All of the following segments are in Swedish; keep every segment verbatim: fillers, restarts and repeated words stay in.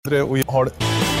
Och jag har...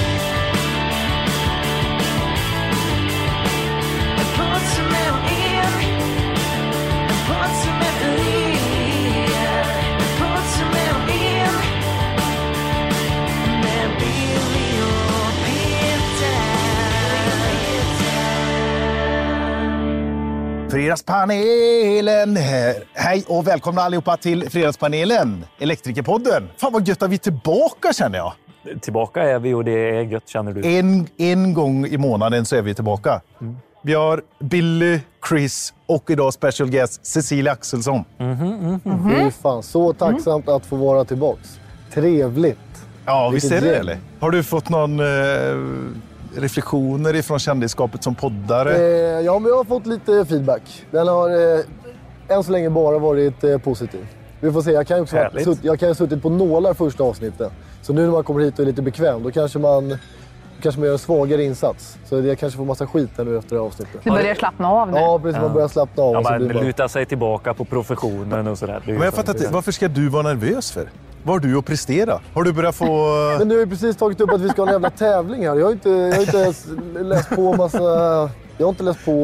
Fredagspanelen! Hej och välkomna allihopa till Fredagspanelen, Elektrikerpodden. Fan vad gött att vi är tillbaka, känner jag. Tillbaka är vi och det är gött, känner du? En, en gång i månaden så är vi tillbaka. Mm. Vi har Billy, Chris och idag special guest Cecilia Axelsson. Mm-hmm, mm-hmm. Mm-hmm. Det är fan så tacksamt mm. att få vara tillbaks. Trevligt. Ja, visst är det, eller? Har du fått någon eh, reflektioner ifrån kändisskapet som poddare? Eh, ja, men jag har fått lite feedback. Den har eh, än så länge bara varit eh, positiv. Vi får se, jag kan ju också ha sutt, jag kan ha suttit på nålar första avsnittet. Så nu när man kommer hit och är lite bekväm, då kanske man, kanske man gör en svagare insats. Så jag kanske får massa skit här nu efter det avsnittet. Du börjar slappna av nu. Ja, precis. Ja. Man börjar slappna av. Ja, man bara... lutar sig tillbaka på professionen och sådär. Men jag fattar inte, varför ska du vara nervös för? Vad har du att prestera? Har du börjat få... Men du har ju precis tagit upp att vi ska ha en jävla tävling här. Jag har inte, jag har inte ens läst på massa... Jag har inte läst på...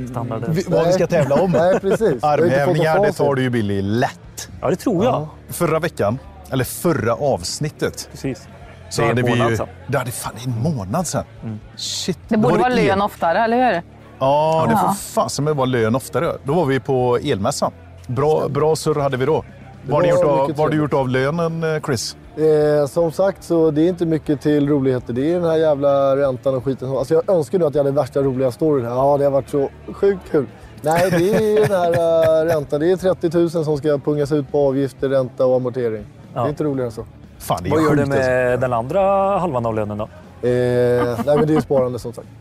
Vi, vad vi ska tävla om. Nej, precis. Armhävningar, det tar du ju Billy lätt. Ja, det tror jag. Ja. Förra veckan, eller förra avsnittet. Precis. Så det hade vi ju... Sedan. Det hade fan en månad sedan. Mm. Shit. Det borde vara lön el... oftare, eller hur? Ja, det får fasen med vara lön oftare. Då var vi på elmässan. Bra, bra surr hade vi då. Vad har du gjort av, vad har du gjort av lönen, Chris? Eh, som sagt så det är inte mycket till roligheter. Det är den här jävla räntan och skiten. Alltså jag önskar nu att jag hade värsta roliga storyn här. Ja, det har varit så sjukt kul. Nej, det är den här uh, räntan. Det är trettio tusen som ska pungas ut på avgifter, ränta och amortering. Ja. Det är inte roligare än så. Fan, det är vad gör du med alltså. Den andra halvan av lönen då? Eh, nej, men det är ju sparande som sagt.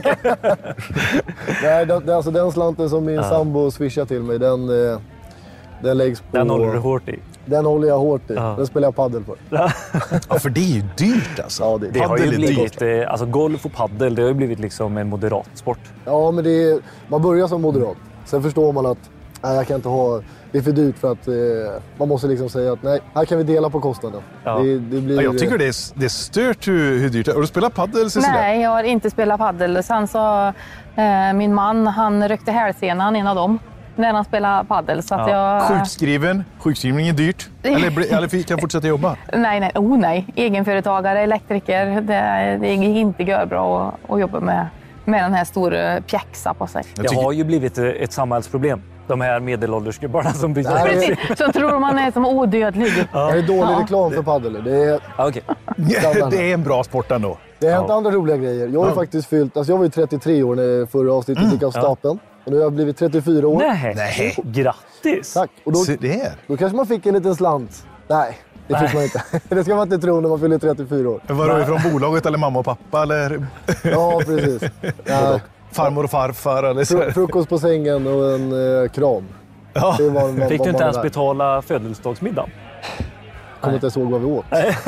Nej, den, alltså, den slanten som min ja. sambo swishar till mig, den, eh, den läggs på... Den håller du hårt i? Den håller jag hårt i. Ja. Den spelar jag paddel på. Ja, för det är ju dyrt alltså. Ja, det, det har ju blivit, dyrt. Alltså golf och paddel, det har ju blivit liksom en moderat sport. Ja, men det är, man börjar som moderat. Sen förstår man att nej, jag kan inte ha... Det är för dyrt för att eh, man måste liksom säga att nej, här kan vi dela på kostnaden. Ja. Det, det blir, ja, jag tycker det är, det är stört hur, hur dyrt det är. Har du spelat paddel, Cecilia? Nej, jag har inte spelat paddel. Sen så, eh, min man, han ryckte hälsenan, en av dem, när han spelade paddel. Så att ja. jag... Sjukskrivning, sjukskrivning är dyrt. Eller, eller kan fortsätta jobba? Nej, nej, oh, nej. Egenföretagare, elektriker, det, det är inte gör bra att, att jobba med, med den här stora pjäxa på sig. Det har ju blivit ett samhällsproblem. De här medelåldersgubbarna som byter. Nej, så tror man är som odödlig. Ja. Det är dålig ja. reklam för paddel. Det är, okay. det är en bra sport ändå. Det har hänt ja. andra roliga grejer. Jag har ja. faktiskt fyllt, alltså jag var ju trettiotre år när förra avsnittet gick mm. av stapeln. Och nu har jag blivit trettiofyra år. Nej, Nej. Grattis! Tack. Och då, Se det. Då kanske man fick en liten slant. Nej, det fick man inte. Det ska man inte tro när man fyller trettiofyra år. Var du från bolaget eller mamma och pappa? Eller? Ja, precis. Ja. Farmor och farfar eller så. Frukost på sängen och en eh, kram. Ja. Det var, man, fick du inte ens där. betala födelsedagsmiddag? Jag kommer inte ens ihåg vad vi åt.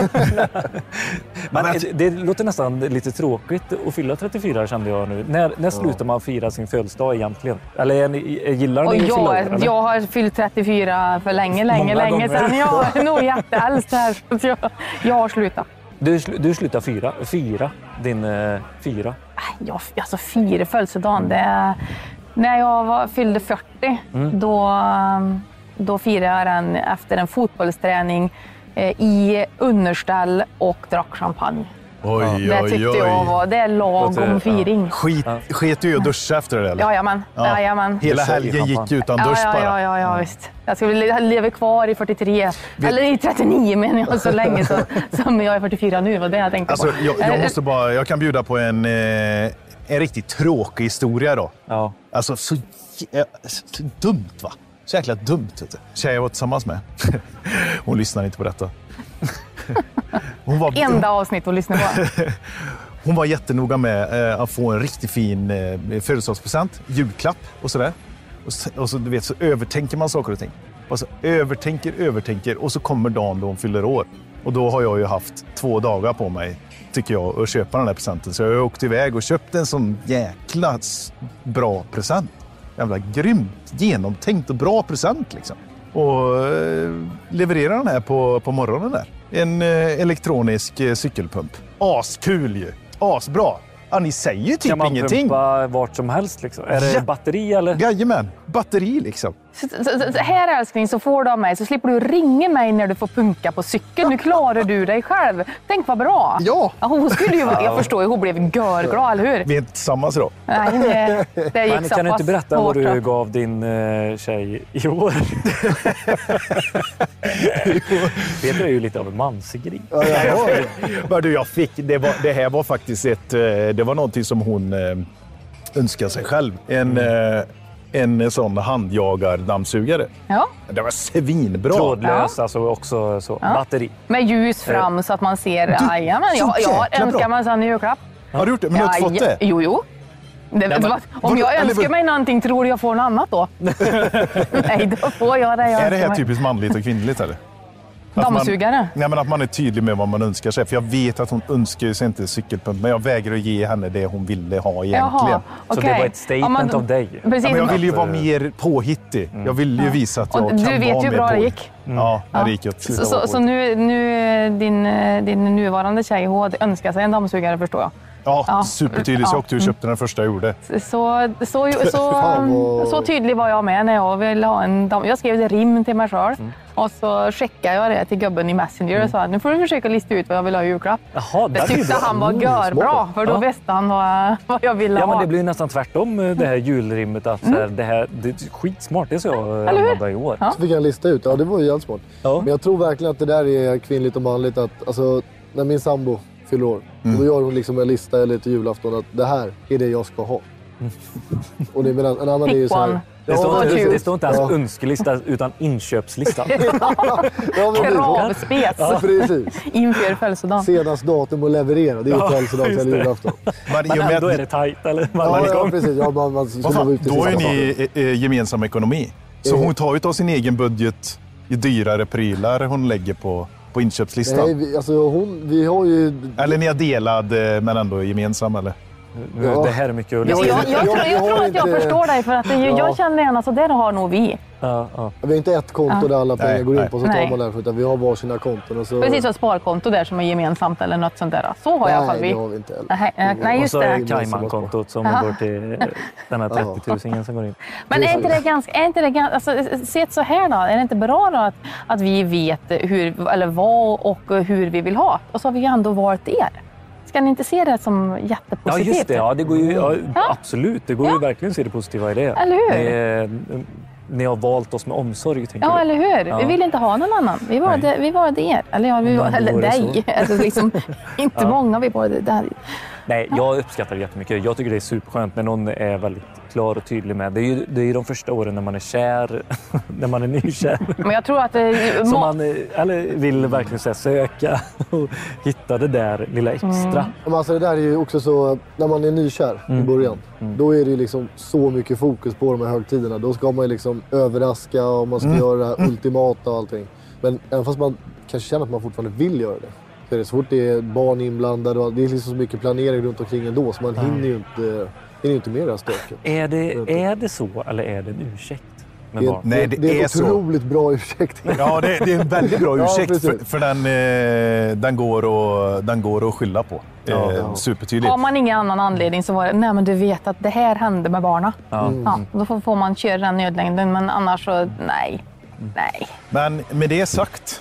Men det, det låter nästan lite tråkigt att fylla trettiofyra, kände jag nu. När, när slutar ja. man fira sin födelsedag egentligen? Eller ni, gillar ni jag, år, jag har fyllt trettiofyra för länge, länge, Många länge gånger. sedan. Jag är nog jätteäldst här. Jag, jag har slutat. Du, du slutar fyra, fyra din uh, fyra? Ja, alltså fyra födelsedagen, det är... När jag var, fyllde fyrtio, mm. då, då firade jag den efter en fotbollsträning eh, i underställ och drack champagne. Oj, oj, det tyckte oj. jag var, det är lagom firing. Skit, sket du ju att duscha efter det, eller? Jajamän, ja. jajamän. Hela helgen gick utan dusch ja, ja, bara. Ja, ja, ja, visst. Jag skulle leva kvar i fyrtiotre, Vet... eller i trettionio, men jag så länge så, som jag är fyrtiofyra nu, var det jag tänkte alltså, på. Jag, jag, måste bara, jag kan bjuda på en, eh, en riktigt tråkig historia då. Ja. Alltså, så, så dumt va? Så jäkla dumt. Vet du. Tjej jag var tillsammans med. Hon lyssnar inte på detta. Hon var, Enda avsnitt att lyssna på. Hon var jättenoga med eh, att få en riktigt fin eh, födelsedagspresent, julklapp och sådär. Och så, och så, du vet, så övertänker man saker och ting. Och så övertänker, övertänker och så kommer dagen då hon fyller år. Och då har jag ju haft två dagar på mig, tycker jag, att köpa den här presenten. Så jag har åkt iväg och köpt en sån jäkla bra present. Jävla grymt, genomtänkt och bra present liksom. Och eh, levererar den här på, på morgonen där. En eh, elektronisk eh, cykelpump. Askul ju. Asbra. Ja, ni säger ju typ kan man ingenting. pumpa vart som helst liksom? Är det Ja. batteri eller? Jajamän, batteri liksom. Så, så, så, här älskling så får du av mig så slipper du ringa mig när du får punka på cykeln. Nu klarar du dig själv. Tänk vad bra. Ja. Ja, hon skulle ju, jag förstår ju, hon blev görglad, eller hur? Vi är inte tillsammans då. Nej, det, det gick Men så kan du pass inte berätta vad hårt du då. gav din uh, tjej i år? Peter är ju lite av en mansgris. Ja, jag har det. Men du, jag fick, det, var, det här var faktiskt ett, eh, det var någonting som hon eh, önskade sig själv. En, eh, en sån handjagardammsugare. Ja, Det var svinbra. Trådlös, alltså också så. Ja. Batteri. med ljus fram så att man ser. Jajamän, jag, så jag jäkla önskar bra. mig en sån julklapp. Har du gjort det? Men du har inte fått det? Jo, jo. Det, men- vad- om vadå? jag Eller önskar vad- mig någonting, tror du jag får något annat då? Nej, då får jag det jag Är det önskar här mig. typiskt manligt och kvinnligt eller? Att man- Dammsugare? Nej, men att man är tydlig med vad man önskar sig. För jag vet att hon önskar sig inte cykelpump, men jag vägrar att ge henne det hon ville ha egentligen. Jaha, Så okej. det var ett statement Ja, av dig. Precis. Ja, men jag vill ju Att, vara eh, mer påhittig. Jag vill ju visa att jag Och kan du vara vet ju mer hur bra det på- gick. Ja, ja, det gick åt Så, så, så nu, nu din, din nuvarande tjej, hon önskar sig en dammsugare, förstår jag. Ja, Ja. supertydligt. Så jag åkte och köpte den första jag gjorde. Så, så, så, så, Fan vad- så tydlig var jag med när jag ville ha en damm. Jag skrev ett rim till mig själv. Mm. Och så skickade jag det till gubben i Messenger och sa nu får du försöka lista ut vad jag vill ha i julklapp. Jaha, Det är ju tyckte bra. han var görbra, för då Ja. visste han vad, vad jag ville Ja, ha. men det blir ju nästan tvärtom eh, det här julrimmet. Att så här, det här det är skitsmart, det ska jag Mm. Eller hur? använda i år. Ja. Så fick jag en lista ut. Ja, det var ju jävligt smart. Ja. Men jag tror verkligen att det där är kvinnligt och manligt. Att, alltså, när min sambo fyller år, då gör hon liksom en lista eller till julafton att det här är det jag ska ha. Och det, men en annan är ju Pick så här... one. Det står, vad inte, kul. det står inte ens Ja. önskelista utan inköpslista. Ja, men precis. Kravspec Ja, precis. inför födelsedagen. Senast datum att leverera. Det är ju födelsedags just eller det. julafton. Men, i Men och med ändå att- är det tajt, eller? Man Ja, är ja, igång. precis. Ja, man, man, så Vad man fan, var ute i då är sista ni eh, eh, gemensam ekonomi. Så Eh. hon tar ju av sin egen budget i dyrare prylar hon lägger på, på inköpslistan. Nej, vi, alltså hon, vi har ju... Eller ni är delad eh, men ändå gemensam eller? Nu, Ja. Det här är mycket att Jag, lyssna jag, på. jag, tror, Jag- jag jag tror har att jag inte- förstår dig, för att det, Ja. jag känner gärna så där har nog vi. Ja, ja. Vi har inte ett konto där alla pengar Nej, går in nej. på, så tar Nej. man därför. Utan vi har varsina konton. Och så... Precis som ett sparkonto där som är gemensamt eller något sånt där. Så har i alla fall Nej, vi. det har vi inte heller. Nej, nej, nej, Och just så det. är gemensamma Cayman-kontot som Aha. går till eh, den här trettiotusingen som går in. Men är inte det ganska, är inte det ganska, alltså, sett så här då, är det inte bra då att, att vi vet hur, eller vad och hur vi vill ha? Och så har vi ju ändå valt er. Ska ni inte se det som Ja, jättepositivt? just det. Ja, det går ju, ja, Ja. absolut. Det går ju Ja. verkligen att se det positiva i det. Eller hur? Ni, eh, ni har valt oss med omsorg, tänker Ja, du? eller hur? Ja. Vi vill inte ha någon annan. Vi valde, vi valde er. Eller, ja, vi, Ja, då eller var det dig. Alltså, liksom, inte många, vi valde där. Nej, jag uppskattar det jättemycket. Jag tycker det är superskönt när någon är väldigt klar och tydlig med. Det är ju, det är ju de första åren när man är kär, när man är nykär. Men jag tror att det, Som må, man eh, eller vill verkligen så här, söka och hitta det där lilla extra. Mm. Men alltså det där är ju också så, när man är nykär i början, då är det ju liksom så mycket fokus på de här högtiderna. Då ska man ju liksom överraska och man ska göra ultimata och allting. Men även fast man kanske känner att man fortfarande vill göra det, så är det så fort det är barn inblandade och det är liksom så mycket planering runt omkring ändå, så man hinner ju inte, hinner ju inte med det här stöket. Är det, är det så eller är det en ursäkt med Det, barn? Nej, det, det det är är en så. otroligt bra ursäkt. Ja, det, det är en väldigt bra Ja, ursäkt precis. för, för den, eh, den, går att, den går att skylla på. Ja, eh, ja. Supertydligt. har man ingen annan anledning så var det, nej men du vet att det här hände med barna. Ja. Ja, då får, får man köra den nödlängden, men annars så nej. Nej. Men med det sagt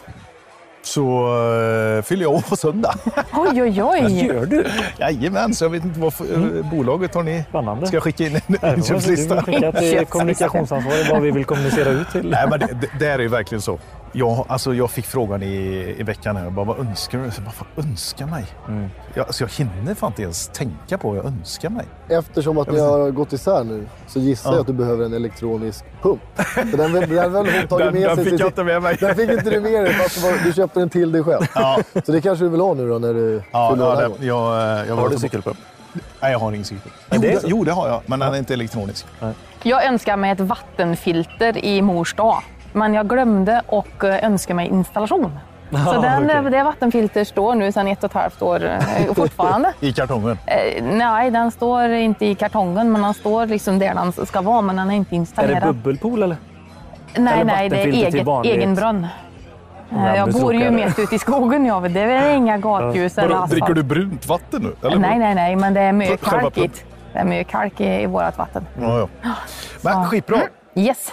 så uh, fyller jag år på söndag. Oj, oj, Vad oj. gör du? Jajamän, så jag vet inte vad för, eh, bolaget har ni. Spännande. Ska jag skicka in en Nej, Du inköpslista? har skickat till kommunikationsansvarig vad vi vill kommunicera ut till. Nej, men det, det, det är ju verkligen så. Jag, alltså, jag fick frågan i, i veckan här. Bara, vad önskar du? Så, vad fan önskar mig? Mm. Jag, alltså, jag hinner fan inte ens tänka på vad jag önskar mig. Eftersom att ni har gått isär nu så gissar jag att du behöver en elektronisk pump. Så den, den, den väl hon tagit Den, med den sig fick till- jag inte med mig. Den fick inte du med dig fast du, var, du köpte den till dig själv. Ja, Så det kanske du vill ha nu då när du ja, fyller år ja den här det, gången. jag, jag, jag Har du var- cykelpump? Nej, jag har ingen cykel. Ja, Jo, det är det, så. jo, det har jag, men den är inte elektronisk. Jag önskar mig ett vattenfilter i mors dag, men jag glömde och eh, önska mig installation. Så Ja, den, okej. det vattenfilter står nu sedan ett och ett halvt år eh, fortfarande. I kartongen. Eh, nej, den står inte i kartongen, men den står liksom där den ska vara, men den är inte Är installerad. det bubbelpool eller? nej, eller nej, det är vattenfilter till eget, vanligt? egen brunn. Jag bor ju mest ute i skogen, jag. Det är väl inga gatljus eller asfalt. Dricker du brunt vatten nu? Eller? Nej, nej, nej, men det är mycket kalkigt. Det är mycket kalk i, i vårat vatten. Ja, ja. Men skitbra. Yes.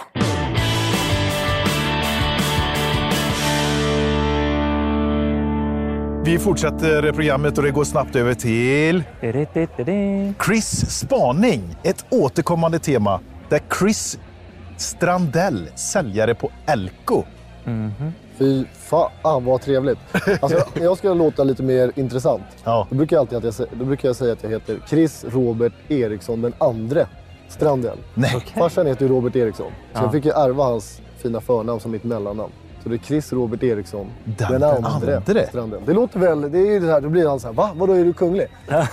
Vi fortsätter programmet och det går snabbt över till Chris spaning. Ett återkommande tema där Chris Strandell, säljare på Elko. Mm-hmm. Fy fan vad trevligt. Alltså, jag ska låta lite mer intressant. Ja. Då brukar jag alltid att jag, då brukar jag säga att jag heter Chris Robert Eriksson den andre Strandell. Nej. Okay. Farsan heter ju Robert Eriksson. Så Ja. jag fick ju ärva hans fina förnamn som mitt mellannamn. Så det är Chris Robert Eriksson Den, den andre, andre. Strandell. Det låter väl, det är ju det här, då blir han så här, va? Vadå, är du kunglig?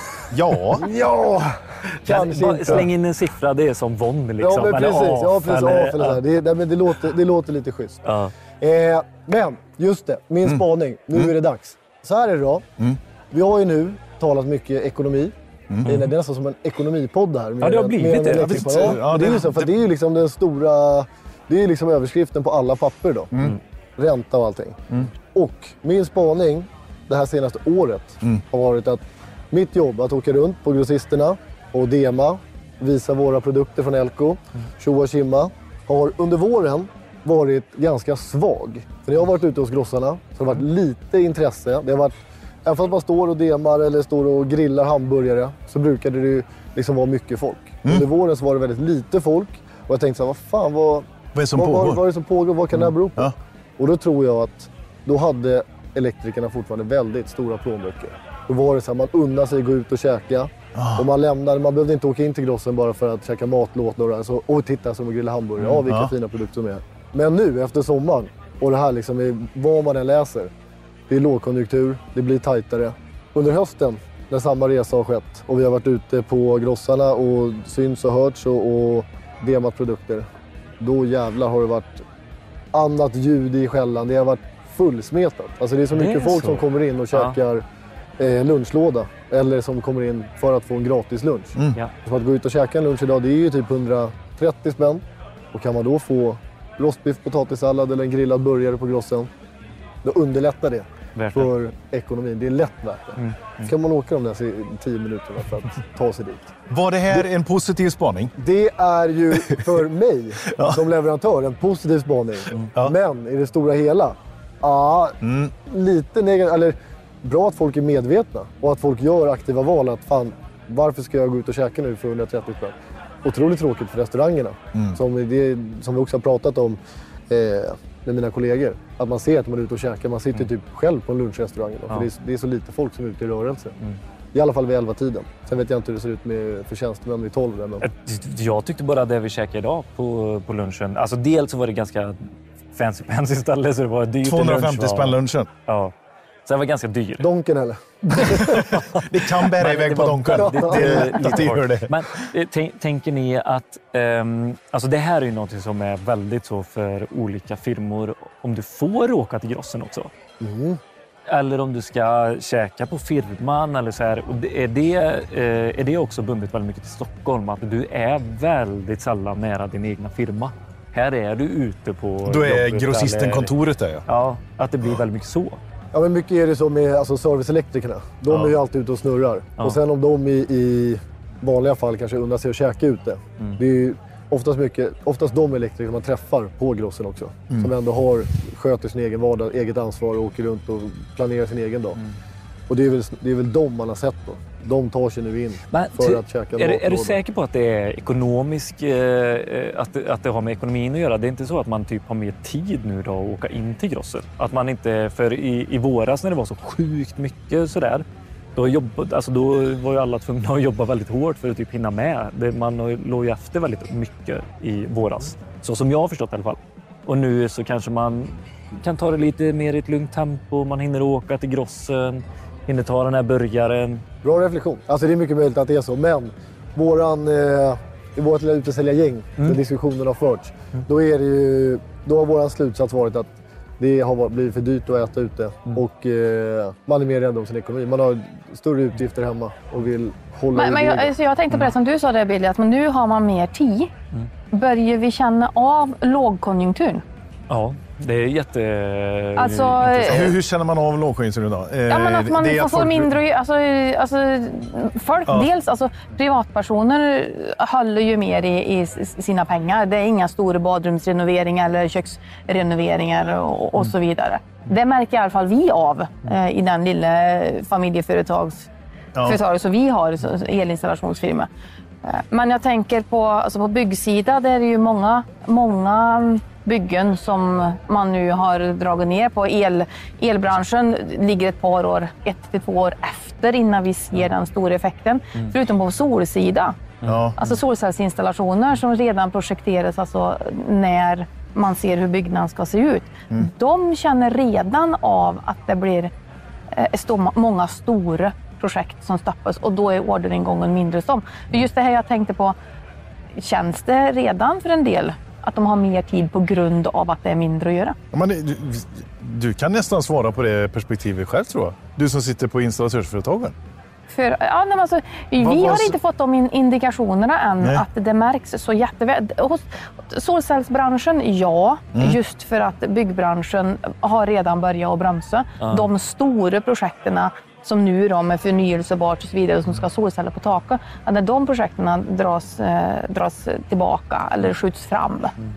Ja. Ja! Kanske Bara inte. släng in en siffra, det är som von liksom. Ja, men precis. Eller Ja, af, precis. eller- Af, eller så här. Det, det, men det, låter, det låter lite schysst. Ja. Eh, men, just det. Min spaning. Nu är det dags. Så här är det då. Vi har ju nu talat mycket ekonomi. Det är nästan som en ekonomipodd här. Ja, det har blivit det. Ja, Ja, ja, det är ju så, för det är ju liksom den stora... Det är liksom överskriften på alla papper då. Ränta och allting. Och min spaning det här senaste året har varit att mitt jobb att åka runt på grossisterna och dema, visa våra produkter från Elko, tjoa och tjimma, har under våren varit ganska svag. För när jag har varit ute hos grossarna så har det varit lite intresse. Det har varit, även fast man står och demar eller står och grillar hamburgare så brukade det ju liksom vara mycket folk. Under våren så var det väldigt lite folk och jag tänkte så här, vad fan, vad, Vad är det som vad, pågår? vad, vad är det som pågår? Vad kan det här bero på? Ja. Och då tror jag att då hade elektrikerna fortfarande väldigt stora plånböcker. Då var det så här, man unnar sig att gå ut och käka. Ah. Och man lämnade, man behövde inte åka in till grossen bara för att käka matlåt några. Så, och titta som att grilla hamburgare. Ja, vilka Ja. fina produkter som är. Men nu efter sommaren och det här liksom är, vad man än läser. Det är lågkonjunktur, det blir tajtare. Under hösten när samma resa har skett och vi har varit ute på grossarna och syns och hörts och, och demat produkter. Då jävlar har det varit annat ljud i skällan. Det har varit fullsmetat. Alltså det är så Det mycket är folk så. som kommer in och käkar eh, lunchlåda. Eller som kommer in för att få en gratis lunch. Ja. Så att gå ut och käka en lunch idag, det är ju typ hundratrettio spänn. Och kan man då få rostbiff, potatissallad eller en grillad burgare på grossen, då underlättar det Verkligen. för ekonomin. Det är lätt värt det. Mm. Kan man åka de där tio minuterna för att ta sig dit. Var det här en positiv spaning? Det är ju för mig som leverantör en positiv spaning. Ja. Men i det stora hela, ja, Mm. lite negativt. Eller bra att folk är medvetna och att folk gör aktiva val. Att fan, varför ska jag gå ut och käka nu för hundratrettio spänn? Otroligt tråkigt för restaurangerna. Som, det, som vi också har pratat om eh, med mina kollegor. Att man ser att man är ute och käkar. Man sitter typ själv på en lunchrestaurang. Då, Ja. för det är, det är så lite folk som är ute i rörelse. I alla fall vid elva tiden. Sen vet jag inte hur det ser ut med för tjänstemän vid tolv. Där, men... Jag tyckte bara det vi käkade idag på, på lunchen. Alltså dels så var det ganska fancy fancy ställe så det var dyrt. tvåhundrafemtio lunch, spänn lunchen. Ja. Så det var ganska dyr. Donken eller? Det kan bära Men iväg det på var donken. väldigt, Det, eh, lite det gör hårt. det. Men eh, tän- tänker ni att ehm, alltså det här är ju något som är väldigt så för olika firmor om du får åka till grossen också? Mm. Eller om du ska käka på firman eller så här. Och det- är, det, eh, är det också bundet väldigt mycket till Stockholm? Att du är väldigt sällan nära din egna firma. Här är du ute på Då är jobbet grossisten eller- kontoret där, ja. Ja, att det blir väldigt mycket så. Ja, men mycket är det så med alltså, serviceelektrikerna. De Ja. är ju alltid ute och snurrar. Ja. Och sen om de i, i vanliga fall kanske undrar sig att käka ute. Mm. Det är ju oftast, mycket, oftast de elektriker man träffar på grossen också. Mm. Som ändå har, sköter sin egen vardag, eget ansvar och åker runt och planerar sin egen dag. Mm. Och det är, väl, det är väl de man har sett då. De tar sig nu in Men för ty- att käka är, du- är du matlåda. säker på att det är ekonomisk, eh, att, det- att det har med ekonomin att göra? Det är inte så att man typ har mer tid nu då att åka in till grossen? Att man inte, för i, i våras när det var så sjukt mycket sådär, då, jobbade, alltså då var ju alla tvungna att jobba väldigt hårt för att typ hinna med. Det, man låg ju efter väldigt mycket i våras. Så som jag har förstått i alla fall. Och nu så kanske man kan ta det lite mer i ett lugnt tempo. Man hinner åka till grossen, hinner ta den här burgaren. Bra reflektion. Alltså det är mycket möjligt att det är så. Men våran, eh, i vårt lilla utesäljargäng, där diskussionen har förts, då, är det ju, då har våran slutsats varit att det har varit- blivit för dyrt att äta ute. Och eh, man är mer rädd om sin ekonomi. Man har större utgifter hemma och vill hålla Men, i men jag, degen. alltså jag tänkte på det som du sa där, Billy, att men nu har man mer tid. Börjar vi känna av lågkonjunkturen? Ja, Det är jätte... Alltså, hur, hur känner man av lågkonjunkturen då? Eh, ja, men att man får, att får folk... mindre... Alltså, alltså, folk, ja. dels, alltså, privatpersoner håller ju mer i, i sina pengar. Det är inga stora badrumsrenoveringar eller köksrenoveringar och, och så vidare. Det märker i alla fall vi av eh, i den lilla familjeföretags... Ja. Företag som vi har, elinstallationsfirma. Men jag tänker på, alltså på byggsida, där är det ju många, många byggen som man nu har dragit ner på. El, elbranschen ligger ett par år, ett till två år efter innan vi ser den stora effekten. Mm. Förutom på solsida. Ja. Alltså solcellsinstallationer som redan projekteras alltså när man ser hur byggnaden ska se ut. Mm. De känner redan av att det blir eh, stå, många stora projekt som stoppas och då är orderingången mindre som. För just det här jag tänkte på, känns det redan för en del att de har mer tid på grund av att det är mindre att göra? Ja, men du, du kan nästan svara på det perspektivet själv, tror jag. Du som sitter på installatörsföretagen. För, ja, nej, alltså, vi vad, har vad... inte fått de indikationerna än nej. Att det märks så jätteväl. Hos solcellsbranschen, ja. Mm. Just för att byggbranschen har redan börjat att bromsa. Mm. De stora projekterna som nu då med förnyelsebart och så vidare som ska ha solceller på taket. När de projekterna dras, eh, dras tillbaka eller skjuts fram.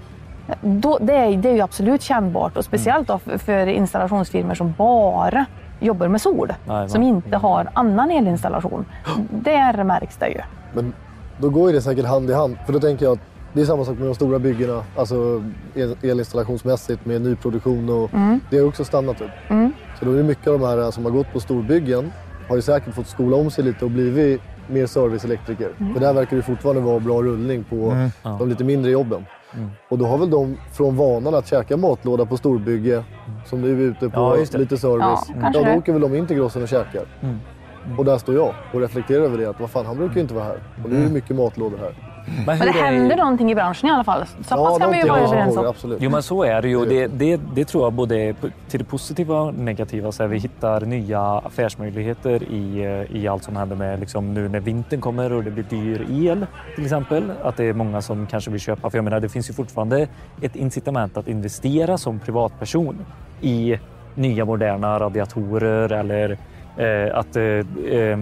Mm. Då, det, är, det är ju absolut kännbart och speciellt då för, för installationsfirmor som bara jobbar med sol. Nej, som inte har annan elinstallation. Där märks det ju. Men då går ju det säkert hand i hand. För då tänker jag att det är samma sak med de stora byggena. Alltså el- elinstallationsmässigt med nyproduktion och mm. det har också stannat upp. Mm. Så då är det mycket av de här som har gått på storbyggen har ju säkert fått skola om sig lite och blivit mer serviceelektriker. Mm. För där verkar det fortfarande vara bra rullning på mm. de lite mindre jobben. Mm. Och då har väl de från vanan att käka matlåda på storbygge mm. som nu är ute på ja, lite service. Ja, ja då åker väl de in till Grossen och käkar. Mm. Mm. Och där står jag och reflekterar över det att vad fan, han brukar ju inte vara här. Och nu är det mycket matlådor här. Men, men det händer är... någonting i branschen i alla fall. Så ja, pass kan vi ju vara överens om. Absolut. Jo, men så är det ju. Det, det, det tror jag både till det positiva och negativa. Så här, vi hittar nya affärsmöjligheter i, i allt som händer med liksom, nu när vintern kommer och det blir dyr el till exempel. Att det är många som kanske vill köpa. För jag menar, det finns ju fortfarande ett incitament att investera som privatperson i nya moderna radiatorer eller eh, att eh, eh,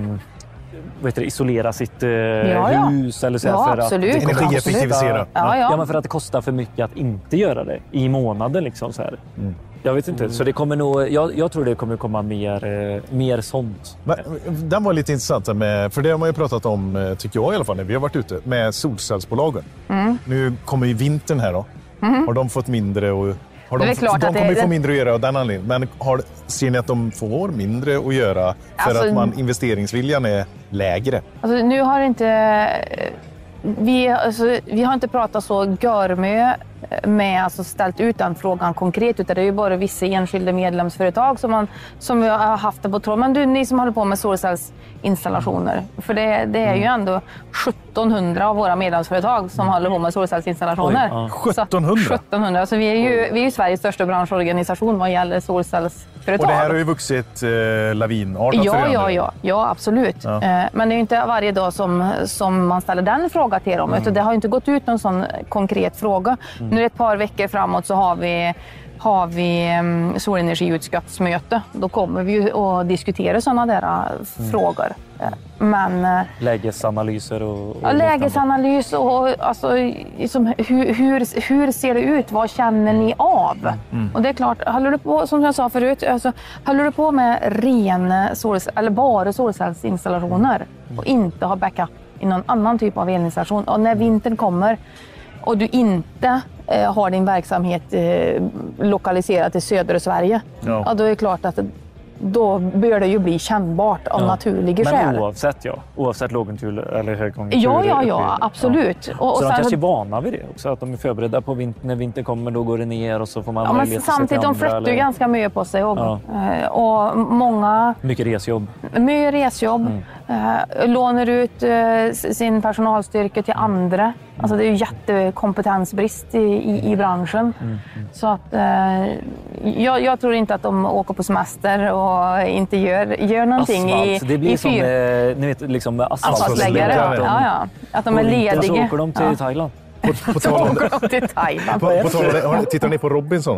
vet du, isolera sitt eh, ja, ja. hus eller så ja, för absolut. att energieffektivisera. Ja, ja. ja, men för att det kostar för mycket att inte göra det i månaden liksom så här. Mm. Jag vet inte, mm. så det kommer nog jag, jag tror det kommer komma mer eh, mer sånt. Men, den var lite intressant med, för det har man ju pratat om tycker jag i alla fall när vi har varit ute med solcellsbolagen. Mm. Nu kommer ju vintern här då. Mm. Har de fått mindre och har de, de kommer ju få mindre att göra av den anledningen. Men har, ser ni att de får mindre att göra för alltså, att man, investeringsviljan är lägre? Alltså, nu har inte vi, alltså, vi har inte pratat så görmö med alltså ställt ut den frågan konkret, utan det är ju bara vissa enskilda medlemsföretag som, man, som vi har haft det på tråd. Men du, ni som håller på med solcellsinstallationer, för det, det är ju ändå sjuttonhundra av våra medlemsföretag som håller på med solcellsinstallationer. Oj, ja. sjuttonhundra? sjuttonhundra, så vi är ju, vi är ju Sveriges största branschorganisation vad gäller solcellsföretag. Och det här har ju vuxit eh, lavinartat ja, för ja, ja, ja, absolut. Ja. Eh, men det är ju inte varje dag som, som man ställer den frågan till dem, mm. utan det har ju inte gått ut någon sån konkret fråga. Mm. Nu ett par veckor framåt så har vi, har vi um, solenergiutskottsmöte. Då kommer vi ju att diskutera sådana där uh, mm. frågor. Men, uh, lägesanalyser och... och ja, lägesanalys och alltså, liksom, hur, hur, hur ser det ut? Vad känner ni av? Mm. Och det är klart, håller du på, som jag sa förut, alltså, håller du på med ren solcell, eller bara solcellsinstallationer mm. och inte har backup i någon annan typ av elinstallation. Och när vintern kommer och du inte eh, har din verksamhet eh, lokaliserad till södra Sverige, ja. Ja, då är det klart att då bör det ju bli kännbart av ja. naturliga skäl. Men oavsett, ja. Oavsett lågkonjunktur eller högkonjunktur. Ja, ja, ja, absolut. Ja. Och, och så sen, de kanske är vana vid det också, att de är förberedda på vinter, när vintern kommer, då går det ner och så får man ja, möjlighet men samtidigt, de flyttar ju ganska mycket på sig. Och, ja. och många... Mycket resjobb. Mycket resjobb. Mm. Uh, lånar ut uh, sin personalstyrka till andra. Mm. Alltså det är ju jättekompetensbrist i, i, i branschen. Mm. Mm. Så att uh, jag, jag tror inte att de åker på semester och inte gör, gör någonting asfalt. i det blir i som eh, ni vet, liksom asfaltläggare. Ja, ja. Att de är lediga. Så åker de till ja. Thailand. På, på, så åker de till Thailand. På, på tal, tittar ni på Robinson här?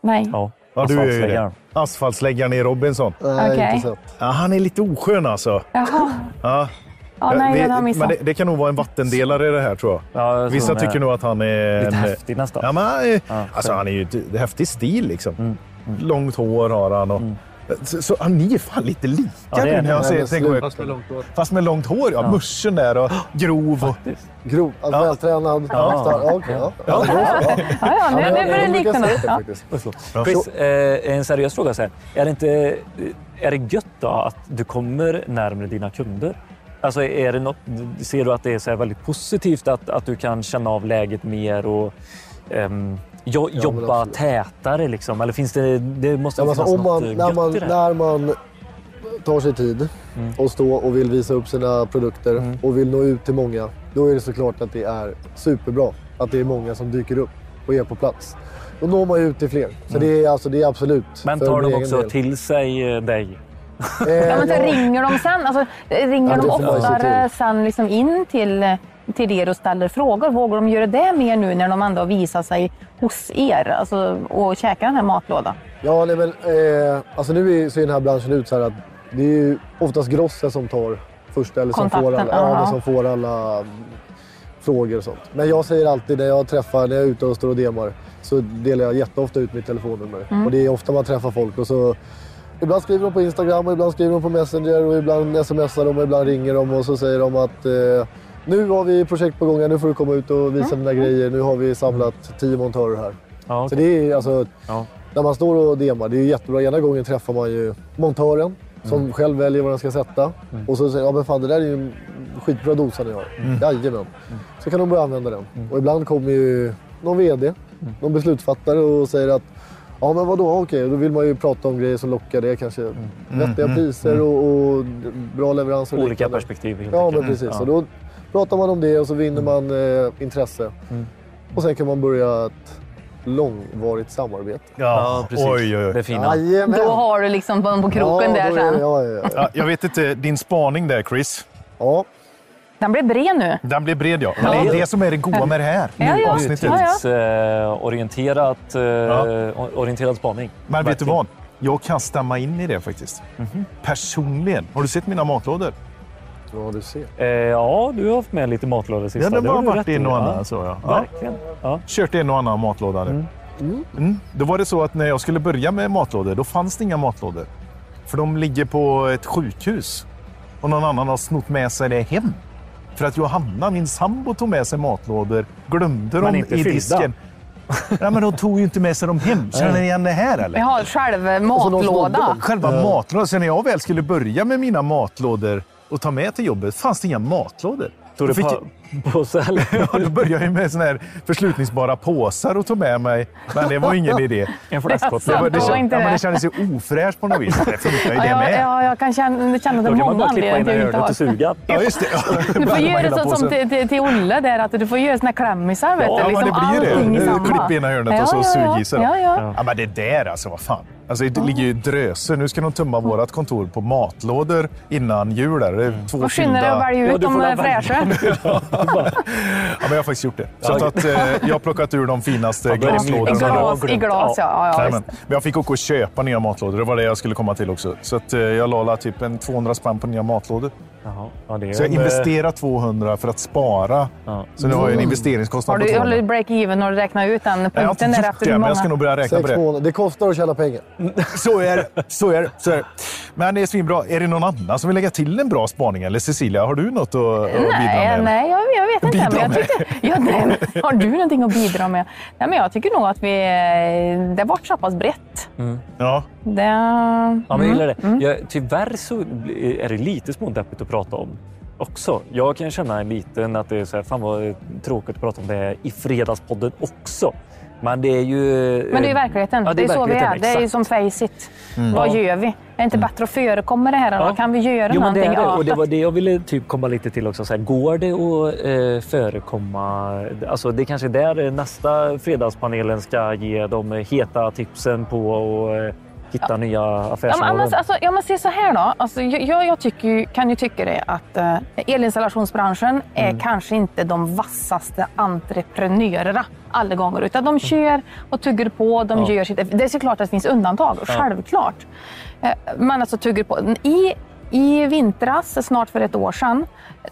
Nej. Ja, Ja, du är ju det. asfaltsläggaren. Asfaltsläggaren i Robinson. Nej, Okej. inte sett. Ja, han är lite oskön alltså. Jaha. Ja. Ja, nej, det, den har jag missat. men det, det kan nog vara en vattendelare i det här, tror jag. Ja, jag tror Vissa det. tycker nog att han är... Lite en, häftig nästan. Ja, men, han är- Ja, alltså, han är ju ett- det är häftig stil liksom. Mm, Långt hår har han. Och, så, så han är fan lite lika Ja, det är nu när jag Nej, ser, men tänker på- sluta. Fast med långt hår. Fast med långt hår, ja. Muschen där och grov. Och, Grov, alltså Ja. vältränad. Ja. Ja, ja, okej, ja. Ja, Ja. ja. Ja, ja, nu, nu börjar det likna något. Ja. Ja. Chris, eh, en seriös fråga. Så här. Är, det inte, är det gött då att du kommer närmare dina kunder? Alltså är det något, ser du att det är så här väldigt positivt att, att du kan känna av läget mer och ehm, jo, men jobba absolut. tätare? Liksom? Eller finns det, det måste Ja, men finnas alltså, om något man, gött när, man, i det här? när man tar sig tid och står och vill visa upp sina produkter och vill nå ut till många, då är det såklart att det är superbra att det är många som dyker upp och är på plats. Då når man ju ut till fler. Så det, är, alltså, det är absolut. Men för tar min de egen också del. till sig eh, dig? Eh, Ja, men så ja. ringer de sen? Alltså, ringer Ja, det de får man ju se oftare till. sen liksom in till, till er och ställer frågor? Vågar de göra det mer nu när de ändå visar sig hos er alltså, och käkar den här matlådan? Ja, nej, men eh, alltså nu är, ser den här branschen ut så här att det är ju oftast Grosse som tar första eller som får, Kontakten, alla, ja, ja. men som får alla mm, frågor och sånt. Men jag säger alltid när jag träffar, när jag är ute och står och demar, så delar jag jätteofta ut mitt telefonnummer. Mm. Och det är ofta man träffar folk och så ibland skriver de på Instagram och ibland skriver de på Messenger och ibland smsar de och ibland ringer de och så säger de att eh, nu har vi projekt på gång här, nu får du komma ut och visa dina grejer, nu har vi samlat tio montörer här. Ja, Så det är alltså, Ja. när man står och demar, det är jättebra. Ena gången träffar man ju montören som själv väljer vad den ska sätta. Och så säger ja men fan det där är ju en skitbra dosa ni har. Mm. Jajamän. Så kan de börja använda den. Och ibland kommer ju någon vd, någon beslutsfattare och säger att ja men vadå, okej, då vill man ju prata om grejer som lockar det. Kanske vettiga priser och, och bra leveranser. och Olika liknande. perspektiv. helt Ja enkelt. men precis. Ja. Och då pratar man om det och så vinner man eh, intresse. Och sen kan man börja ett långvarigt samarbete. Ja, precis. Oj, oj, Det är oj. fina. Jajamän. Då har du liksom på, på kroken ja, där då är- sen. Ja, ja, ja. Ja, jag vet inte, din spaning där, Chris. ja. Den blir bred nu. Den blir bred, ja. Men det är det som är det goda med det här Ja, ja. avsnittet. Ja, ja. Nutidsorienterat eh, Ja. orienterad spaning. Men vet du Verkligen. vad? Jag kan stämma in i det faktiskt. Personligen. Har du sett mina matlådor? Ja, du ser. Eh, ja, du har haft med lite matlådor sista. Ja, det har har bara du varit rätt en i. och Ja, annan. Så, ja. Ja. Verkligen. Ja. Kört en och annan matlåda nu. Mm. Då var det så att när jag skulle börja med matlådor, då fanns det inga matlådor. För de ligger på ett sjukhus. Och någon annan har snott med sig det hem. För att Johanna, min sambo, tog med sig matlådor. Glömde Men dem inte i fyllda. disken. Ja, men de tog ju inte med sig dem hem. Känner ni igen det här eller? Vi har själv någon matlåda. snodde Själva matlådan. Så när jag väl skulle börja med mina matlådor och ta med till jobbet fanns det inga matlådor. Tog Då du fick på, på sälj? Ja, då började jag med såna här förslutningsbara påsar och tog med mig. Men det var ingen idé. En flaskkopp. Det, var, det, Det var kändes, inte ja, men det. det kändes ju ofräscht på något vis. Det funkar ju Ja, det ja, med. ja, jag kan känna, känna Då det kan man många bara klippa in anledningar i till att jag hörnet inte och har. suga. Ja, just det. Ja, Du får börjar man göra hela så som påsen. till, till, till Olle där, att du får göra såna klämmisar. Vet Ja, du, men liksom det blir ju allting i det. samma. Klipp ena hörnet och så ja, sug i sig då. Ja, ja. Ja, men det där alltså, vad fan. Alltså, det ligger ju dröser. Nu ska de tumma vårt kontor på matlådor innan jul. Där. Det är två Och skynda dig att skilda... välja Ja, ut du får de la fräscha. Ja, men jag har faktiskt gjort det. Så att, att, eh, jag har plockat ur de finaste Ja, då är det I glaslådorna. glas, i glas ja. ja, ja Jajamän. visst. Men jag fick åka och köpa nya matlådor. Det var det jag skulle komma till också. Så att, eh, jag la typ en tvåhundra spänn på nya matlådor. Jaha. Ja, det är Så jag en, eh, investerar tvåhundra för att spara. Ja. Så nu har jag en investeringskostnad Har på du tvåhundra. hållit break-even när du räknar ut den Jag har inte punkten där gjort efter det, hur men jag ska många? nog börja räkna på Sex det. månader. Det kostar att tjäna pengar. Så är det. Så är det. Så är det. Men det är svinbra. Är det någon annan som vill lägga till en bra spaning? Eller Cecilia, har du något att, att bidra Nej, med? nej jag, jag vet inte. Bidra Men jag med. tyckte, ja, nej, har du någonting att bidra med? Nej, men jag tycker nog att vi, det har varit så pass brett. Ja. Det, Ja, men jag gillar Mm. det. Jag, tyvärr så är det lite smådeppigt att prata om också. Jag kan känna en liten att det är så här, fan vad tråkigt att prata om det i Fredagspodden också. Men det är ju... Men det är ju verkligheten. Ja, det är så vi är. verkligheten, Det är ju exakt. som face it. Vad Ja. gör vi? Är det inte bättre att förekomma det här? Eller Ja. kan vi göra Jo, men det någonting? är det. Och det Ja. var det jag ville typ komma lite till också. Så här, går det att eh, förekomma... Alltså det är kanske där nästa fredagspanelen ska ge de heta tipsen på och eh, hitta ja. nya Ja, affärsområden. men, alltså, ja, men se så här då. Alltså, jag jag tycker, ju- kan ju tycka det att uh, elinstallationsbranschen är Mm. kanske inte de vassaste entreprenörerna alla gånger. Utan de kör och tuggar på. De Ja. gör sitt, det är såklart att det finns undantag, självklart. Uh, men alltså tuggar på. I, I vintras, snart för ett år sedan,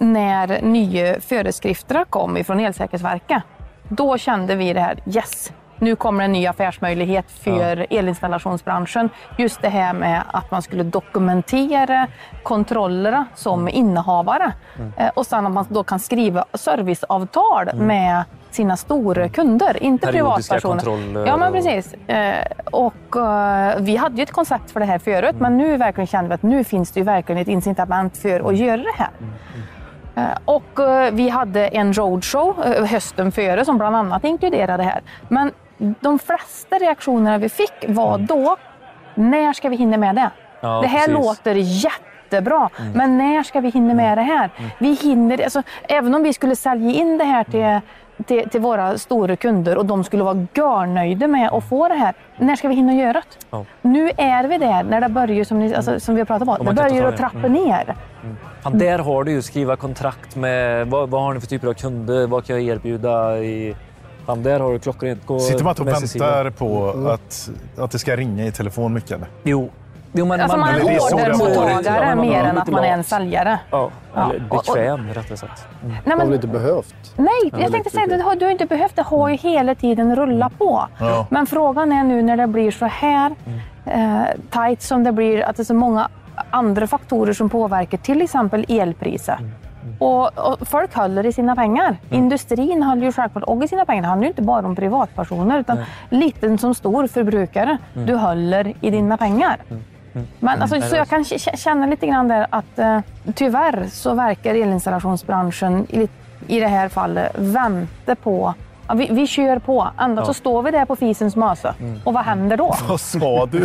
när nya föreskrifter kom ifrån Elsäkerhetsverket, då kände vi det här, yes, nu kommer en ny affärsmöjlighet för ja. elinstallationsbranschen. Just det här med att man skulle dokumentera kontrollerna som innehavare. Mm. Eh, och sen att man då kan skriva serviceavtal mm. med sina stora kunder, inte periodiska privatpersoner. Kontroller. Ja, men precis. Eh, och uh, vi hade ju ett koncept för det här förut, mm. men nu verkligen kände vi att nu finns det ju verkligen ett incitament för att göra det här. Mm. Mm. Och uh, vi hade en roadshow uh, hösten före som bland annat inkluderade det här. Men de flesta reaktionerna vi fick var då, när ska vi hinna med det? Ja, det här precis. Låter jättebra, mm. men när ska vi hinna med det här? Mm. Vi hinner, alltså, även om vi skulle sälja in det här till, till, till våra stora kunder och de skulle vara görnöjda med att få det här, när ska vi hinna göra det? Ja. Nu är vi där, när det börjar, som, ni, alltså, som vi har pratat om, det börjar att trappa mm. ner. Mm. Fan, där har du ju skriva kontrakt med, vad, vad har ni för typer av kunder, vad kan jag erbjuda i... Fan, där har du klockrent. Sitter man och väntar på mm. att, att det ska ringa i telefon mycket? Eller? Jo. jo man, alltså man, man är ordermottagare ja, mer än att man är en säljare. Ja, ja. eller bekväm rättare sagt. Mm. Nej, men, man har inte behövt. Nej, jag ja, tänkte säga att du har, du har inte behövt. Det har ju hela tiden rullat på. Ja. Men frågan är nu när det blir så här mm. eh, tajt som det blir, att det är så många andra faktorer som påverkar, till exempel elpriser. Mm. Och, och folk håller i sina pengar. Mm. Industrin håller ju självklart och i sina pengar. Det handlar ju inte bara om privatpersoner utan Nej. liten som stor förbrukare. Mm. Du håller i dina pengar. Mm. Mm. Men alltså, så jag kan känna lite grann där att uh, tyvärr så verkar elinstallationsbranschen i, i det här fallet vänta på. Ja, vi, vi kör på. Ända ja. så står vi där på Fisens möse. Mm. Och vad händer då? Vad sa du?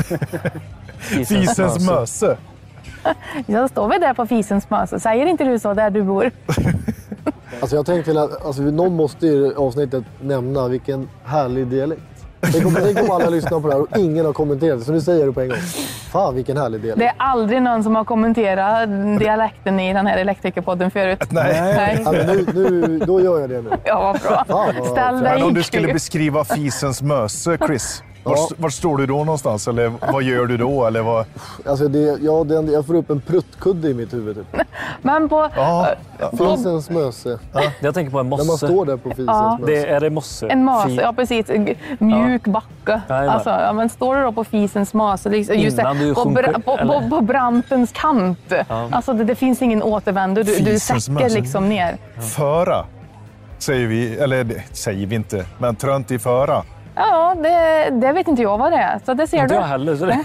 Fisens möse? Ja, står vi där på Fisens möse. Säger inte du så där du bor? Alltså jag tänkte att alltså, någon måste i avsnittet nämna vilken härlig dialekt. Det kommer, det kommer alla lyssna på det här och ingen har kommenterat det. Så nu säger du på en gång. Fan vilken härlig dialekt. Det är aldrig någon som har kommenterat dialekten i den här Elektrikerpodden förut. Nej. Nej. Ja, men nu, nu, då gör jag det nu. Ja, vad bra. Fan, vad Ställ dig. Men om du skulle beskriva Fisens möse, Chris. Var, ja. var står du då någonstans? Eller vad gör du då? Eller vad? Alltså det, ja, den, jag får upp en pruttkudde i mitt huvud. Typ. Men på... Ja. Fisens möse. Ja. Jag tänker på en mosse. När man står där på Fisens ja. möse. Det, är det mosse? En möse, ja precis. Mjuk ja. backe. Ja, alltså, ja, men står du då på Fisens möse, liksom, just det, på, bra, på, på, på brantens kant. Ja. Alltså det, det finns ingen återvändo. Du, du säcker liksom ner. Ja. Föra, säger vi. Eller det säger vi inte. Men trönt i föra. Ja, det, det vet inte jag vad det är. Så det ser inte du. Jag heller. Så det.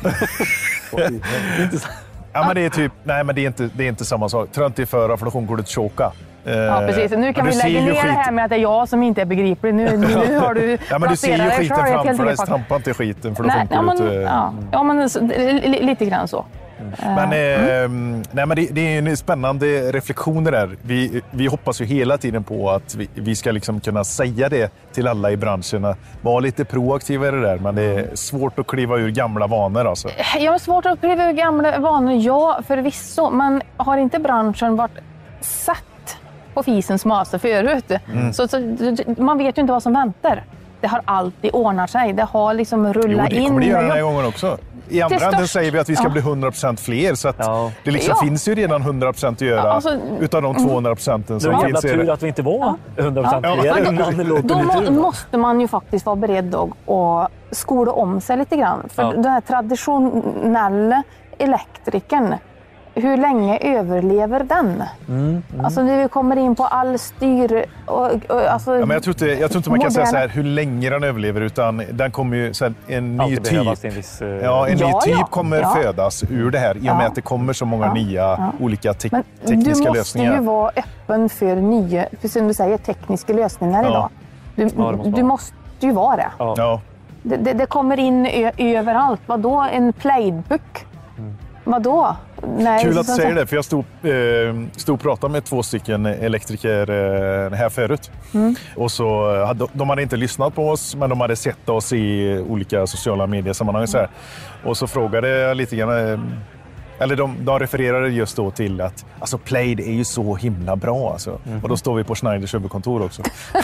ja, men det är typ, nej, men det är inte, det är inte samma sak. Trönt i föra, för då kommer ordet choka. Ja, precis. Nu kan vi lägga ner skit. Det här med att det är jag som inte är begriplig. Nu, nu har du ja, men du ser ju skiten framför dig. Stampa inte skiten, för då nej, ja, men, ut, ja, ja, men lite grann så. Men, mm. eh, nej, men det, det är en spännande reflektioner där. Vi, vi hoppas ju hela tiden på att vi, vi ska liksom kunna säga det till alla i branschen. Var lite proaktiva i det där, men det är svårt att kliva ur gamla vanor. Alltså. Ja, svårt att kliva ur gamla vanor, ja förvisso. Men har inte branschen varit satt på Fisens möse förut? Mm. Så, så man vet ju inte vad som väntar. Det har alltid ordnat sig. Det har liksom rullat in. Jo, det kommer det göra den här gången också. I andra änden säger vi att vi ska ja. bli hundra procent fler. Så att ja. det liksom ja. finns ju redan hundra procent att göra ja, alltså, utav de tvåhundra procenten som det finns. Det är tur att vi inte var hundra procent ja. fler. Ja. Då, då må, måste man ju faktiskt vara beredd att skola om sig lite grann. För ja. den här traditionella elektrikern, hur länge överlever den? Mm, mm. Alltså när vi kommer in på all styr och, och alltså, ja, men jag tror inte, jag tror inte man kan moderna. säga så här hur länge den överlever, utan den kommer ju så här, en ny typ. En, viss, uh... ja, en ja, ny typ ja. kommer ja. födas ur det här i och med ja. att det kommer så många ja. nya ja. olika te- men tekniska lösningar. Du måste ju vara öppen för nya, för som du säger, tekniska lösningar ja. idag. Du, ja, måste, du måste ju vara det. Ja. Ja. Det, det. Det kommer in ö- överallt. Vadå en playbook? Vadå? Nej, Kul att du så- säger det, för jag stod, eh, stod och pratade med två stycken elektriker eh, här förut. Mm. Och så hade, de hade inte lyssnat på oss, men de hade sett oss i olika sociala mediesammanhang. Så här. Och så frågade jag lite grann, eh, eller de, de refererade just då till att alltså Plaid är ju så himla bra. Alltså. Mm. Och då står vi på Schneiders huvudkontor också.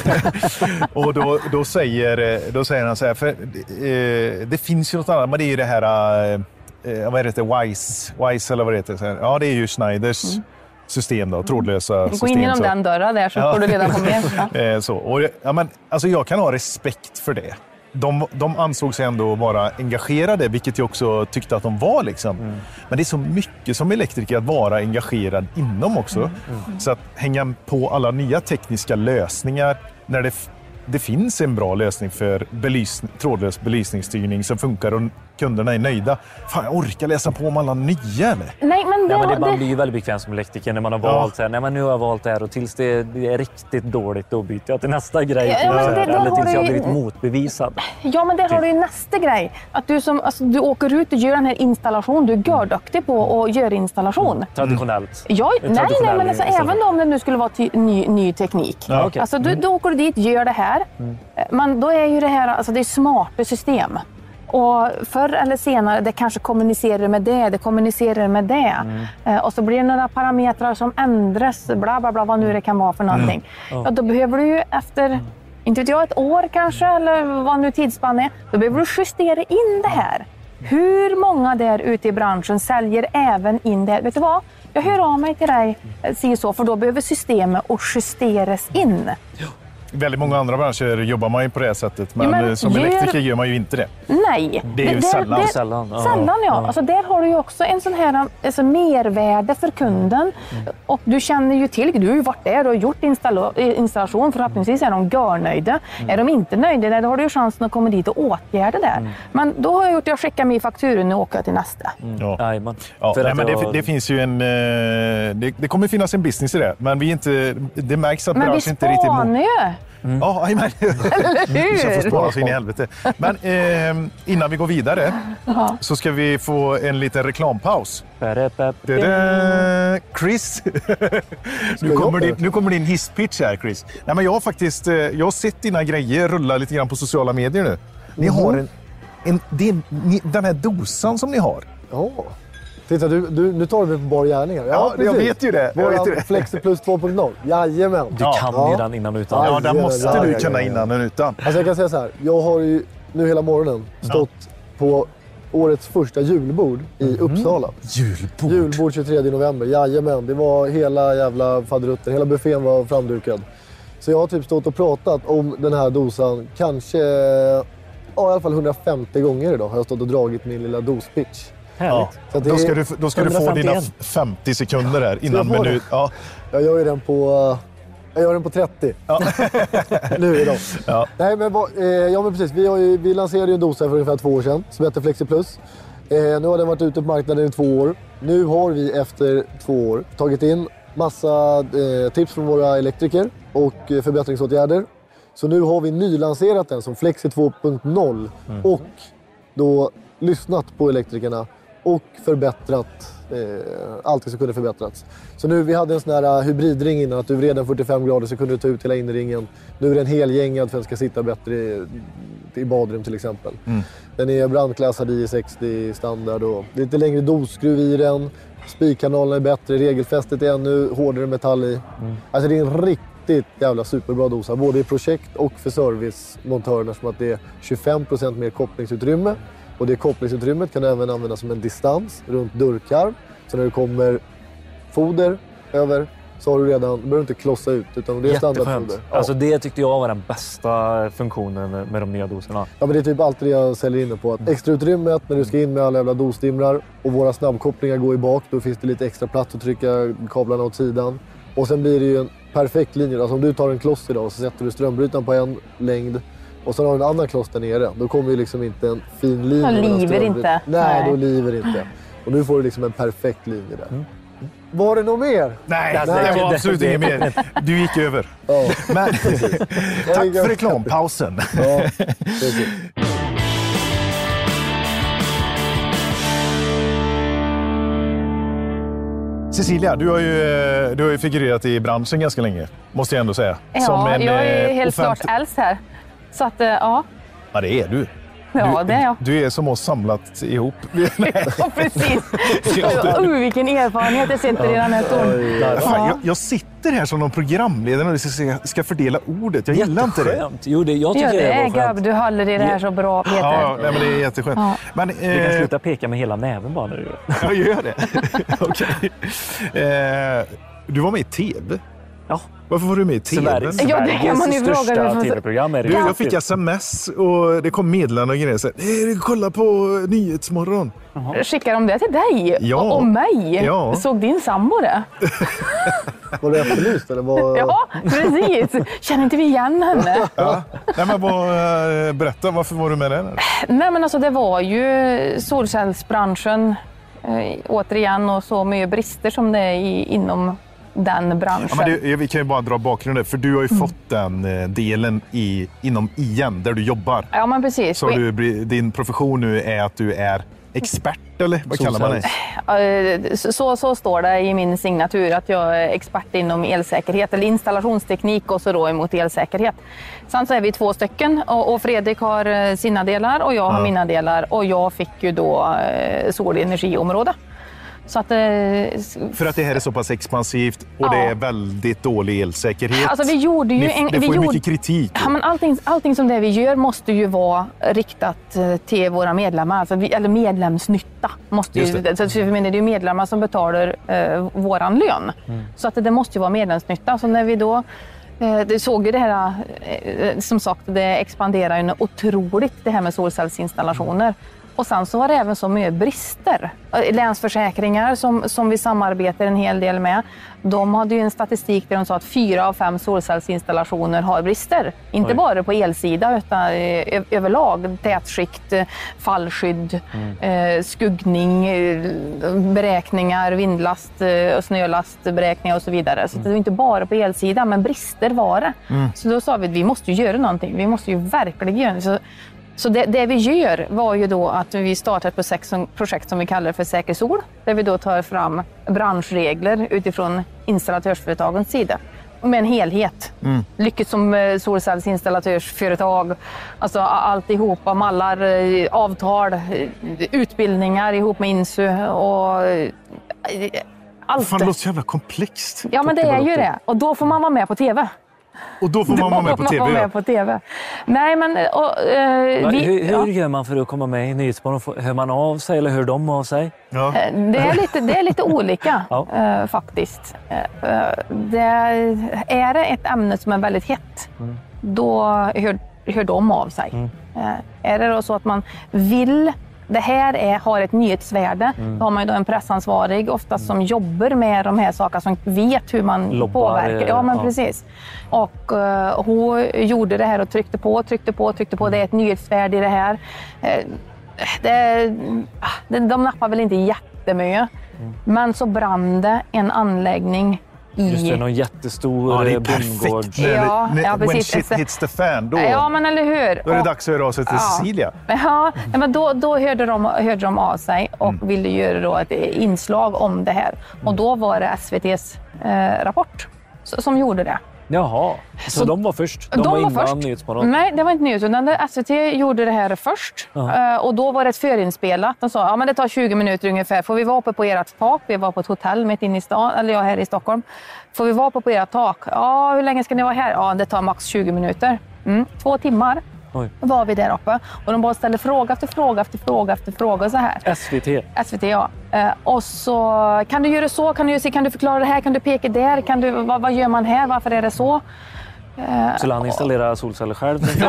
Och då, då, säger, då säger han så här, för eh, det finns ju något annat, men det är ju det här... Eh, Eh, vad heter det? Wise, Wise eller vad det heter. Så här, ja, det är ju Schneiders mm. system då, trådlösa Gå system. in genom så. den dörren där så Ja. får du reda på mer. Ja. eh, så. Och, ja, men, alltså, jag kan ha respekt för det. De, de ansåg sig ändå vara engagerade, vilket jag också tyckte att de var. Liksom. Mm. Men det är så mycket som elektriker att vara engagerad inom också. Mm. Mm. Så att hänga på alla nya tekniska lösningar när det Det finns en bra lösning för belysning, trådlös belysningsstyrning som funkar och kunderna är nöjda. Fan, jag orkar läsa på om alla nya eller? Nej, men det, ja, men det, det... man blir ju väldigt bekväm som elektriker när man har Ja. valt så här, nej men nu har jag valt det här och tills det, det är riktigt dåligt då byter jag till nästa grej. Ja, till men så här, det- det eller har tills jag har du- blivit motbevisad. Ja, men där har du ju nästa grej. Att du, som, alltså, du åker ut och gör den här installation. Du är görduktig på att göra installation. Traditionellt. Ja, En nej, nej, traditionell men alltså, installation. även om det nu skulle vara ty- ny, ny teknik. Ja, okej. Alltså, du, då åker du dit, gör det här. Men då är ju det här, alltså det är smarta system. Och förr eller senare, det kanske kommunicerar med det, det kommunicerar med det. Eh, och så blir det några parametrar som ändras, bla bla bla, vad nu det kan vara för någonting. Ja, då behöver du ju efter, inte vet jag, ett år kanske, eller vad nu tidsspann är, då behöver du justera in det här. Hur många där ute i branschen säljer även in det här? Vet du vad? Jag hör av mig till dig, eh, säger så, för då behöver systemet och justeras in. Väldigt många andra branscher jobbar man ju på det här sättet, men, Ja, men som gör- elektriker gör man ju inte det. Nej. Det är ju sällan. Det, Sällan, ja. Sällan, ja. Ja. Alltså, där har du ju också en sån här alltså, mervärde för kunden. Och du känner ju till, du har ju varit där och gjort installa- installation. Förhoppningsvis är de görnöjda. Är de inte nöjda, då har du ju chansen att komma dit och åtgärda det. Men då har jag gjort, jag skickar mig fakturen och åker till nästa. Ja. Jajamän. Ja, För nej, att men det, jag- det finns ju en... eh, Det, det kommer finnas en business i det, men vi är inte, det märks att Men vi branschen inte är riktigt... spanar mo- ju! Ja, jajamän. Vi ska få Hur? spara oss in i helvete. Men eh, innan vi går vidare så ska vi få en liten reklampaus. Da-da! Chris, nu kommer, din, nu kommer din hisspitch här, Chris. Nej, men jag har faktiskt eh, jag har sett dina grejer rulla lite grann på sociala medier nu. Ni har en, en, det är, ni, den här dosan som ni har. Ja. Titta, du, du, nu tar du mig på bar gärningar. Ja, jag vet ju det. Jag vet ju Våran det. Flexi Plus två punkt noll. Jajamän. Du kan Ja. ju den innan och utan. Ja, den måste ja, du ja, kunna ja, ja. innan och utan. Alltså jag kan säga så här. Jag har ju nu hela morgonen stått på årets första julbord i Uppsala. Julbord. Julbord tjugotredje november. Jajamän, det var hela jävla faderutten. Hela buffén var framdukad. Så jag har typ stått och pratat om den här dosan kanske, ja, i alla fall hundrafemtio gånger idag har jag stått och dragit min lilla dospitch. Ja. Härligt. Så att det Då ska är- du, då ska du få dina hundrafemtioen. femtio sekunder här innan jag få minut. Ja. Jag gör ju den på, jag gör den på trettio. nu idag. Ja. Nej, men, vad- eh, ja, men precis. Vi, har ju, vi lanserade ju en dosa för ungefär två år sedan som heter Flexi Plus. Eh, nu har den varit ute på marknaden i två år. Nu har vi efter två år tagit in massa eh, tips från våra elektriker och eh, förbättringsåtgärder. Så nu har vi nylanserat den som Flexi två punkt noll och då lyssnat på elektrikerna och förbättrat eh, allt som kunde förbättrats. Så nu, vi hade en sån här hybridring innan, att du vred den fyrtiofem grader så kunde du ta ut hela inringen. Nu är den helgängad för att den ska sitta bättre i, i badrum till exempel. Mm. Den är brandklassad I sextio standard och lite längre dosskruv i den. Spikkanalen är bättre, regelfästet är ännu hårdare metall i. Mm. Alltså det är en riktigt jävla superbra dosa, både i projekt och för servicemontörerna, som att det är tjugofem procent mer kopplingsutrymme. Och det kopplingsutrymmet kan även användas som en distans runt dörrkarm. Så när det kommer foder över så har du redan, du behöver inte klossa ut, utan det är standardfoder. Jätteskönt. Ja. Alltså det tyckte jag var den bästa funktionen med, med de nya doserna. Ja, men det är typ alltid det jag säljer in på. Att extra utrymmet när du ska in med alla jävla dosdimrar och våra snabbkopplingar går i bak. Då finns det lite extra plats att trycka kablarna åt sidan. Och sen blir det ju en perfekt linje. Alltså om du tar en kloss idag och så sätter du strömbrytaren på en längd och så har du en annan kloss där nere. Då kommer ju liksom inte en fin linje. Då mellan liver strömbryt- inte. Nej, Nej. då liver inte. Och nu får du liksom en perfekt linje där. Var det något mer? Nej, Nej, det var det- absolut det- inget mer. Du gick över. Ja, Men, tack för reklampausen. ja precis. Cecilia, du har ju, du har ju figurerat i branschen ganska länge, måste jag ändå säga. Ja, som en, jag är helt offent... klart äldst här. Så att, ja. Ja, det är du. Ja, du, det är jag. Du är som oss samlat ihop. Ja, precis. Uh, vilken erfarenhet jag sitter i den här stolen. Ja. Fan, jag, jag sitter här som någon programledare och ska, ska fördela ordet. Jag gillar inte det. Jo, det jag tycker ja, det det är grabb. Du håller i det här så bra, Peter. Ja, nej, men det är jätteskönt. Ja. Men, eh... Du kan sluta peka med hela näven bara nu. Jag gör det. Okej. Eh, du var med i T V. Ja. Varför var du med i T V? Sveriges, ja, det kan man ju största fråga. T V-program är det. Du, jag fick sms och det kom meddelanden och grejer. Så, hey, kolla på Nyhetsmorgon. Uh-huh. Skickar de det till dig? Ja. Och, och mig? Ja. Såg din sambo det? Var det efterlyst eller? Var... Ja, precis. Känner inte vi igen henne? Ja. Nej, men vad, berätta, varför var du med där? Nej, men alltså det var ju solcellsbranschen eh, återigen och så mycket brister som det är i, inom den branschen. Ja, men det, vi kan ju bara dra bakgrunden, för du har ju mm. fått den delen i, inom I N där du jobbar. Ja, men precis. Så du, din profession nu är att du är expert, eller vad kallar man det? Så, så, så står det i min signatur, att jag är expert inom elsäkerhet eller installationsteknik och så då emot elsäkerhet. Sen så är vi två stycken och, och Fredrik har sina delar och jag har ja. mina delar och jag fick ju då solenergiområde. Så att, för att det här är så pass expansivt och ja. det är väldigt dålig elsäkerhet. Alltså vi gjorde ju en, det får vi ju gjorde, mycket kritik. Ja, men allting, allting som det vi gör måste ju vara riktat till våra medlemmar. Alltså vi, eller medlemsnytta. Måste ju, det. Så jag menar, det är ju medlemmar som betalar eh, våran lön. Mm. Så att det måste ju vara medlemsnytta. Så när vi då eh, det såg ju det här, eh, som sagt, det expanderar ju otroligt det här med solcellsinstallationer. Och sen så var det även så mycket brister. Länsförsäkringar som, som vi samarbetar en hel del med, de hade ju en statistik där de sa att fyra av fem solcellsinstallationer har brister. Inte Oj. bara på elsida utan ö- överlag. Tätskikt, fallskydd, mm. eh, skuggning, beräkningar, vindlast, snölast, beräkningar och så vidare. Så mm. det var inte bara på elsida, men brister var det. Mm. Så då sa vi att vi måste ju göra någonting. Vi måste ju verkligen göra så. Så det, det vi gör var ju då att vi startar ett projekt som, projekt som vi kallar för Säker Sol. Där vi då tar fram branschregler utifrån installatörsföretagens sida. Med en helhet. Mm. Lyckas som solcellsinstallatörsföretag. Alltså alltihopa, mallar, avtal, utbildningar ihop med Insu och allt. Fan, det låter så jävla komplext. Ja, men det är ju det. Och då får man vara med på T V. Och då får man vara med på T V. Man med på T V. Nej, men... Och, eh, vi, hur hur ja. gör man för att komma med i Nyhetsmorgon? Hör man av sig eller hör de av sig? Ja. Det, är lite, det är lite olika ja. eh, faktiskt. Eh, det är det ett ämne som är väldigt hett, mm. då hör, hör de av sig. Mm. Eh, är det då så att man vill... Det här är, har ett nyhetsvärde. Mm. Då har man ju då en pressansvarig oftast som jobbar med de här sakerna, som vet hur man Lobbar, påverkar. Ja, men ja. precis. Och uh, hon gjorde det här och tryckte på, tryckte på, tryckte på. Det är ett nyhetsvärde i det här. Uh, det, det, de nappar väl inte jättemycket. Mm. Men så brann det en anläggning i... Just det, någon jättestor ja, bondgård. Ja, ja, when shit hits the fan, då, ja, men eller hur? då är det dags att höra av sig till ja. Cecilia. Ja, men då, då hörde, de, hörde de av sig och mm. ville göra då ett inslag om det här. Och då var det S V T:s eh, Rapport som gjorde det. Jaha, så, så de var först? De, de var var innan först. Nyhetsmorgon? Nej, det var inte nyhets, utan S V T gjorde det här först. Uh, och då var det ett förinspelat. De sa, ja men det tar tjugo minuter ungefär. Får vi vara uppe på ert tak? Vi var på ett hotell mitt inne i stan, eller jag här i Stockholm. Får vi vara uppe på ert tak? Ja, hur länge ska ni vara här? Ja, det tar max tjugo minuter. Mm, två timmar. Oj. Var vi där uppe. Och de bara ställde fråga efter fråga efter fråga efter fråga så här. S V T? S V T, ja. Uh, och så, kan du göra så? Kan du, kan du förklara det här? Kan du peka där? Kan du, vad, vad gör man här? Varför är det så? Skulle han installera solceller själv? Ja,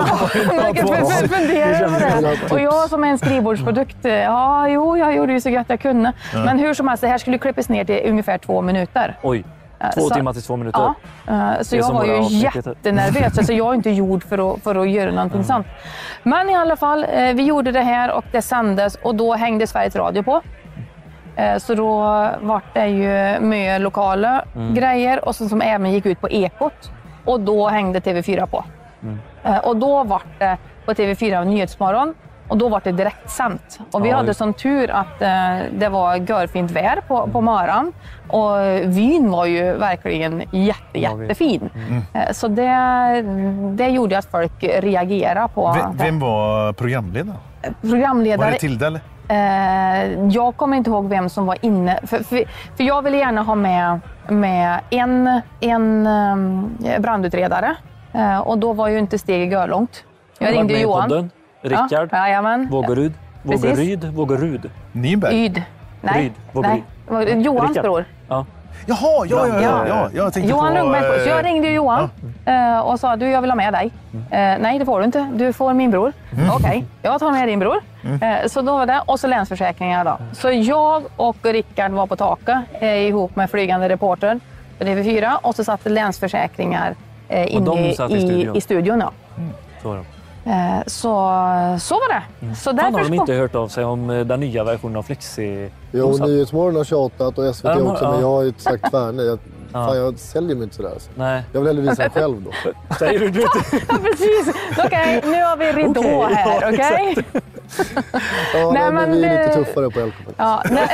jag funderar på det. Och jag som är en skrivbordsprodukt, ja, jo, jag gjorde ju så gott jag kunde. Ja. Men hur som helst, det här skulle klippas ner till ungefär två minuter. Oj, två så, timmar till två minuter? Ja, så jag var ju jättenervös. Alltså jag är inte gjord för att, för att göra någonting mm. sånt. Men i alla fall, vi gjorde det här och det sändes och då hängde Sveriges Radio på. Så då var det ju med lokala mm. grejer och som, som även gick ut på Ekot. Och då hängde T V fyra på. Mm. Och då var det på T V fyra Nyhetsmorgon. Och då var det direkt sänt. Och vi Ja, hade just. sån tur att eh, det var görfint väder på, på morgonen. Och vyn var ju verkligen jätte, jättefin. Mm. Eh, så det, det gjorde att folk reagerade på Vem, det. vem var programledare? Programledare. Var det Tilda eller? Eh, jag kommer inte ihåg vem som var inne. För, för, för jag ville gärna ha med, med en, en um, brandutredare. Eh, och då var ju inte steget görlångt. Jag ringde med i Johan. podden. Rickard. Ja, jajamän. Vågerud. Precis. Vågeryd. Vågerud. Nyberg? Yd. Nej, Ryd. Vågeryd. nej. Det var Johans Rickard. bror. Ja. Jaha, ja, ja, ja. Ja. ja. Jag tänkte Johan på... Lundberg. Så jag eh, ringde Johan eh, och sa du, jag vill ha med dig. Eh, nej, det får du inte. Du får min bror. Mm. Okej, okay. Jag tar med din bror. Eh, så då var det. Och så Länsförsäkringar då. Så jag och Rickard var på taket eh, ihop med flygande reporter på T V fyra. Och så satt Länsförsäkringar eh, inne de i, satt i i, studion. i studion. Ja. Så var det. Eh, så, så var det. Så Fan, har därför de så- inte hört av sig om eh, den nya versionen av Flexi? Jo, Nyhetsmorgon har tjatat och S V T Ja, de har- också, men ja. jag har ju sagt tvärne. Jag, fan, jag säljer mig inte sådär. Alltså. Nej. Jag vill hellre visa mig själv då. Säger du? du Ja, precis. Okej, nu har vi ridå Okej, här. ja, Okej? Ja, Nej, nej, men men vi är det- lite tuffare på L K. Ja, nej.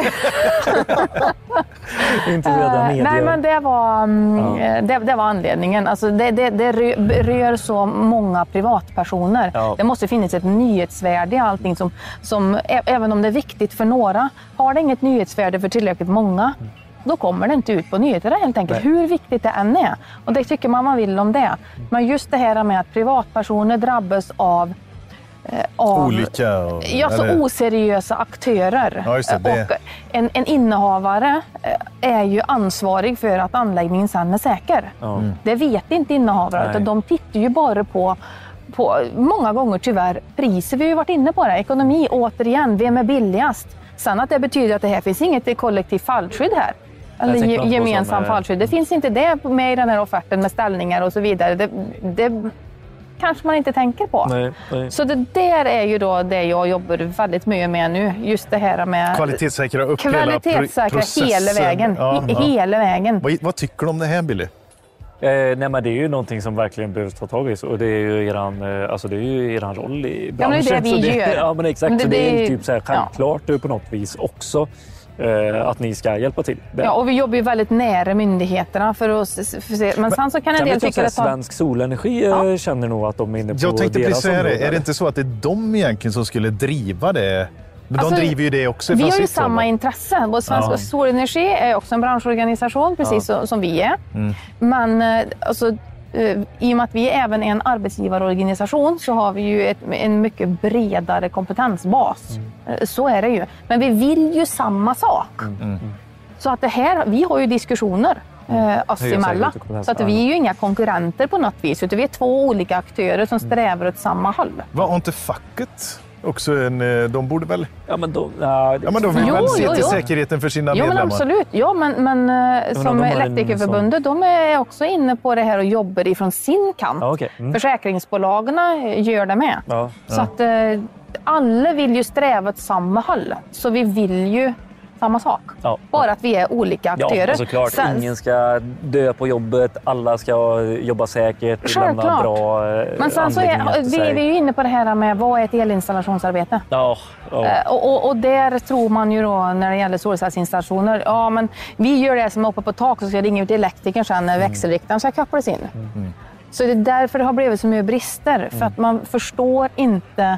Inte redan Eh, medier. Nej, men det var, mm, Ja. eh, det, det var anledningen. Alltså det, det, det rö- rör så många privatpersoner. Ja. Det måste finnas ett nyhetsvärde i allting. Som, som, ä- även om det är viktigt för några, har det inget nyhetsvärde för tillräckligt många, då kommer det inte ut på nyheterna helt enkelt. Nej. Hur viktigt det än är. Och det tycker man man vill om det. Men just det här med att privatpersoner drabbas av eh, av Olika... Och, Ja, så eller- oseriösa aktörer. Ja, just det, det- Och en, en innehavare eh, är ju ansvarig för att anläggningen sen är säker. Ja. Det vet inte innehavare, Nej. utan de tittar ju bara på, på, många gånger tyvärr, priser. Vi har ju varit inne på det. Ekonomi, återigen, vem är billigast? Sen att det betyder att det här finns inget kollektivt fallskydd här. Eller tänker ge, man på gemensam som, eh, fallskydd. Det finns inte det med i den här offerten med ställningar och så vidare. Det, det kanske man inte tänker på. Nej, nej. Så det där är ju då det jag jobbar väldigt mycket med nu. Just det här med Kvalitetssäkra upp hela pro- kvalitetssäkra processen. hela vägen. Ja, He- ja. Hela vägen. Vad, vad tycker du om det här, Billy? Eh, nej, men det är ju någonting som verkligen behöver ta tag i. Och det är ju eran, eh, alltså det är ju eran roll i Ja, men det är branschen. det vi så gör. Ja, men exakt. Men det- så det är det- typ så här ja. självklart eh, på något vis också eh, att ni ska hjälpa till. Det. Ja, och vi jobbar ju väldigt nära myndigheterna för att s- för se. Men sen så kan en Sen del vet jag tycka att det tar... Svensk Solenergi eh, känner nog att de är inne på Jag tänkte deras precis säga det. område. Är det inte så att det är de egentligen som skulle driva det? Men Alltså, de driver ju det också Vi från har ju sitt håll, samma va? intresse. Både Svensk Ja. Solenergi är också en branschorganisation, precis så- som vi är. Mm. Men eh, alltså, eh, i och med att vi även är en arbetsgivarorganisation så har vi ju ett, en mycket bredare kompetensbas. Mm. Eh, Så är det ju. Men vi vill ju samma sak. Mm. Så att det här, vi har ju diskussioner eh, oss Höja emellan. säkerhet och kompetens. Så att vi är ju inga konkurrenter på något vis. Utan vi är två olika aktörer som strävar åt samma håll. Var inte facket också en... eh, De borde väl... Ja, men de, ja, Ja, men de vill Jo, väl se jo, till jo. säkerheten för sina Jo, men medlemmar? absolut. Ja, men, men eh, som de har en Elektrikerförbundet, de är också inne på det här och jobbar ifrån sin kant. Ja, okej. Mm. Försäkringsbolagen gör det med. Ja, Så att eh, alla vill ju sträva åt samma håll. Så vi vill ju samma sak. Ja. Bara att vi är olika aktörer. Ja, såklart. Sen- Ingen ska dö på jobbet. Alla ska jobba säkert. Lämna Självklart. bra eh, Men sen så anläggning är, efter vi, sig. vi är ju inne på det här med vad är ett elinstallationsarbete? Ja, ja. Eh, Och, och, och där tror man ju då när det gäller solcellsinstallationer, ja men vi gör det som är uppe på tak så ska det ringa ut elektrikern sen när växelriktaren ska kopplas in. Så det är därför det har blivit så mycket brister. För att man förstår inte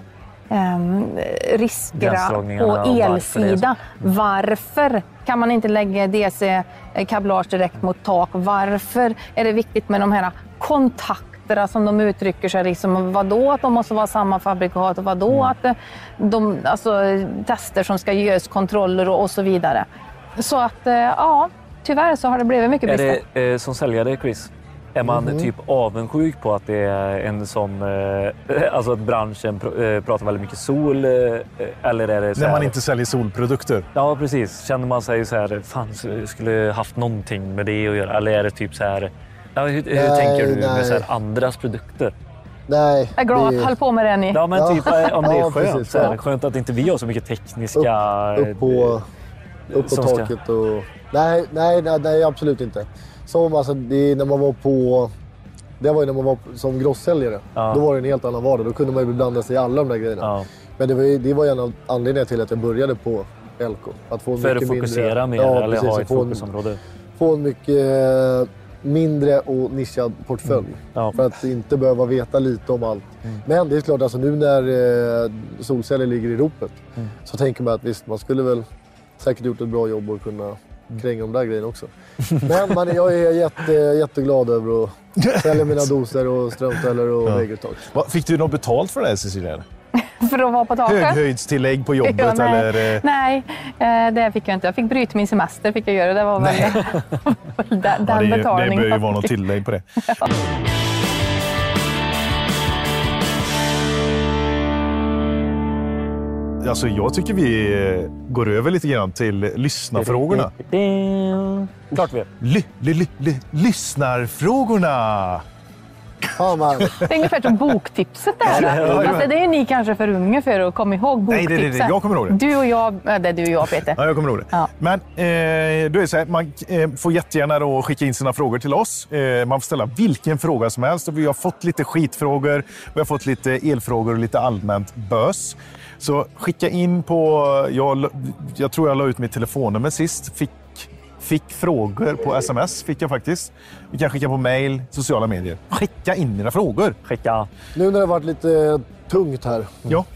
um, riskerna Gränsdragningarna på och varför det är elsida. Varför kan man inte lägga D C-kablage direkt mot tak? Varför är det viktigt med de här kontakterna som de uttrycker sig? Liksom, vadå att de måste vara samma fabrikat? Och vadå Mm. att eh, de, alltså, tester som ska göras, kontroller och, och så vidare. Så att, eh, ja, tyvärr så har det blivit mycket Är brister. det eh, som säljare, Chris? Är man typ avundsjuk på att det är en sån... Eh, alltså att branschen pr- eh, pratar väldigt mycket sol? Eh, eller är det så När man här, inte säljer solprodukter. Ja, precis. Känner man sig så här, fan, s- skulle haft någonting med det att göra? Eller är det typ så här... Ja, hur hur Nej, tänker du med nej. så här andras produkter? Nej. Jag är glad det- att hålla på med det ni. Ja, men Ja. typ eh, om det är Ja, skönt. precis, så här, ja. Skönt att inte vi har så mycket tekniska... Upp på, upp på som ska- taket och... Nej, nej, nej, nej, absolut inte. Som alltså, det är när man var på... Det var ju när man var som grosssäljare. Ja. Då var det en helt annan vardag. Då kunde man ju blanda sig i alla de där grejerna. Ja. Men det var, det var en av anledningarna till att jag började på L K. Att få För mycket att fokusera mindre, mer ja, eller precis, ha ett få fokusområde. En, få en mycket mindre och nischad portfölj. Mm. Ja. För att inte behöva veta lite om allt. Mm. Men det är klart, alltså, nu när eh, solceller ligger i ropet mm. så tänker man att visst, man skulle väl säkert gjort ett bra jobb och kunna mm. kränga de där grejerna också. Men man, jag är jätte, jätteglad över att sälja mina doser och strömställer och ja. vägguttag. Fick du något betalt för det här, Cecilia? För att vara på taket? Höghöjdstillägg på jobbet? Ja, nej. Eller? nej, det fick jag inte. Jag fick bryta min semester, fick jag göra. Det var väl den, den ja, det, betalningen. Det bör ju vara något tillägg på det. Ja. Alltså, jag tycker vi går över lite grann till lyssnarfrågorna. Klart vi är. Ly, ly, ly, ly, lyssnarfrågorna! Ja, man. Det är ungefär som boktipset där. Ja, det, är, alltså, det är ju ni kanske för unga för att komma ihåg boktipset. Nej, det, det, det. Jag kommer ihåg det. Du och jag, det är du och jag, Peter. Ja, jag kommer ihåg det. Ja. Men eh, då är det så här, man eh, får jättegärna då skicka in sina frågor till oss. Eh, man får ställa vilken fråga som helst. Vi har fått lite skitfrågor, vi har fått lite elfrågor och lite allmänt bös. Så skicka in på, jag, jag tror jag la ut mitt telefonnummer sist, fick, fick frågor på sms, fick jag faktiskt. Vi kan skicka på mail, sociala medier. Skicka in dina frågor. Skicka. Nu när det har varit lite tungt här. Ja.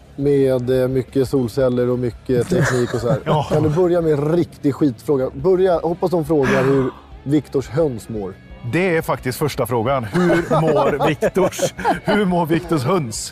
Med mycket solceller och mycket teknik och så här. Ja. Kan du börja med en riktig skitfråga? Börja, hoppas de frågar hur Viktors höns mår. Det är faktiskt första frågan. Hur mår Viktors? Hur mår Viktors höns?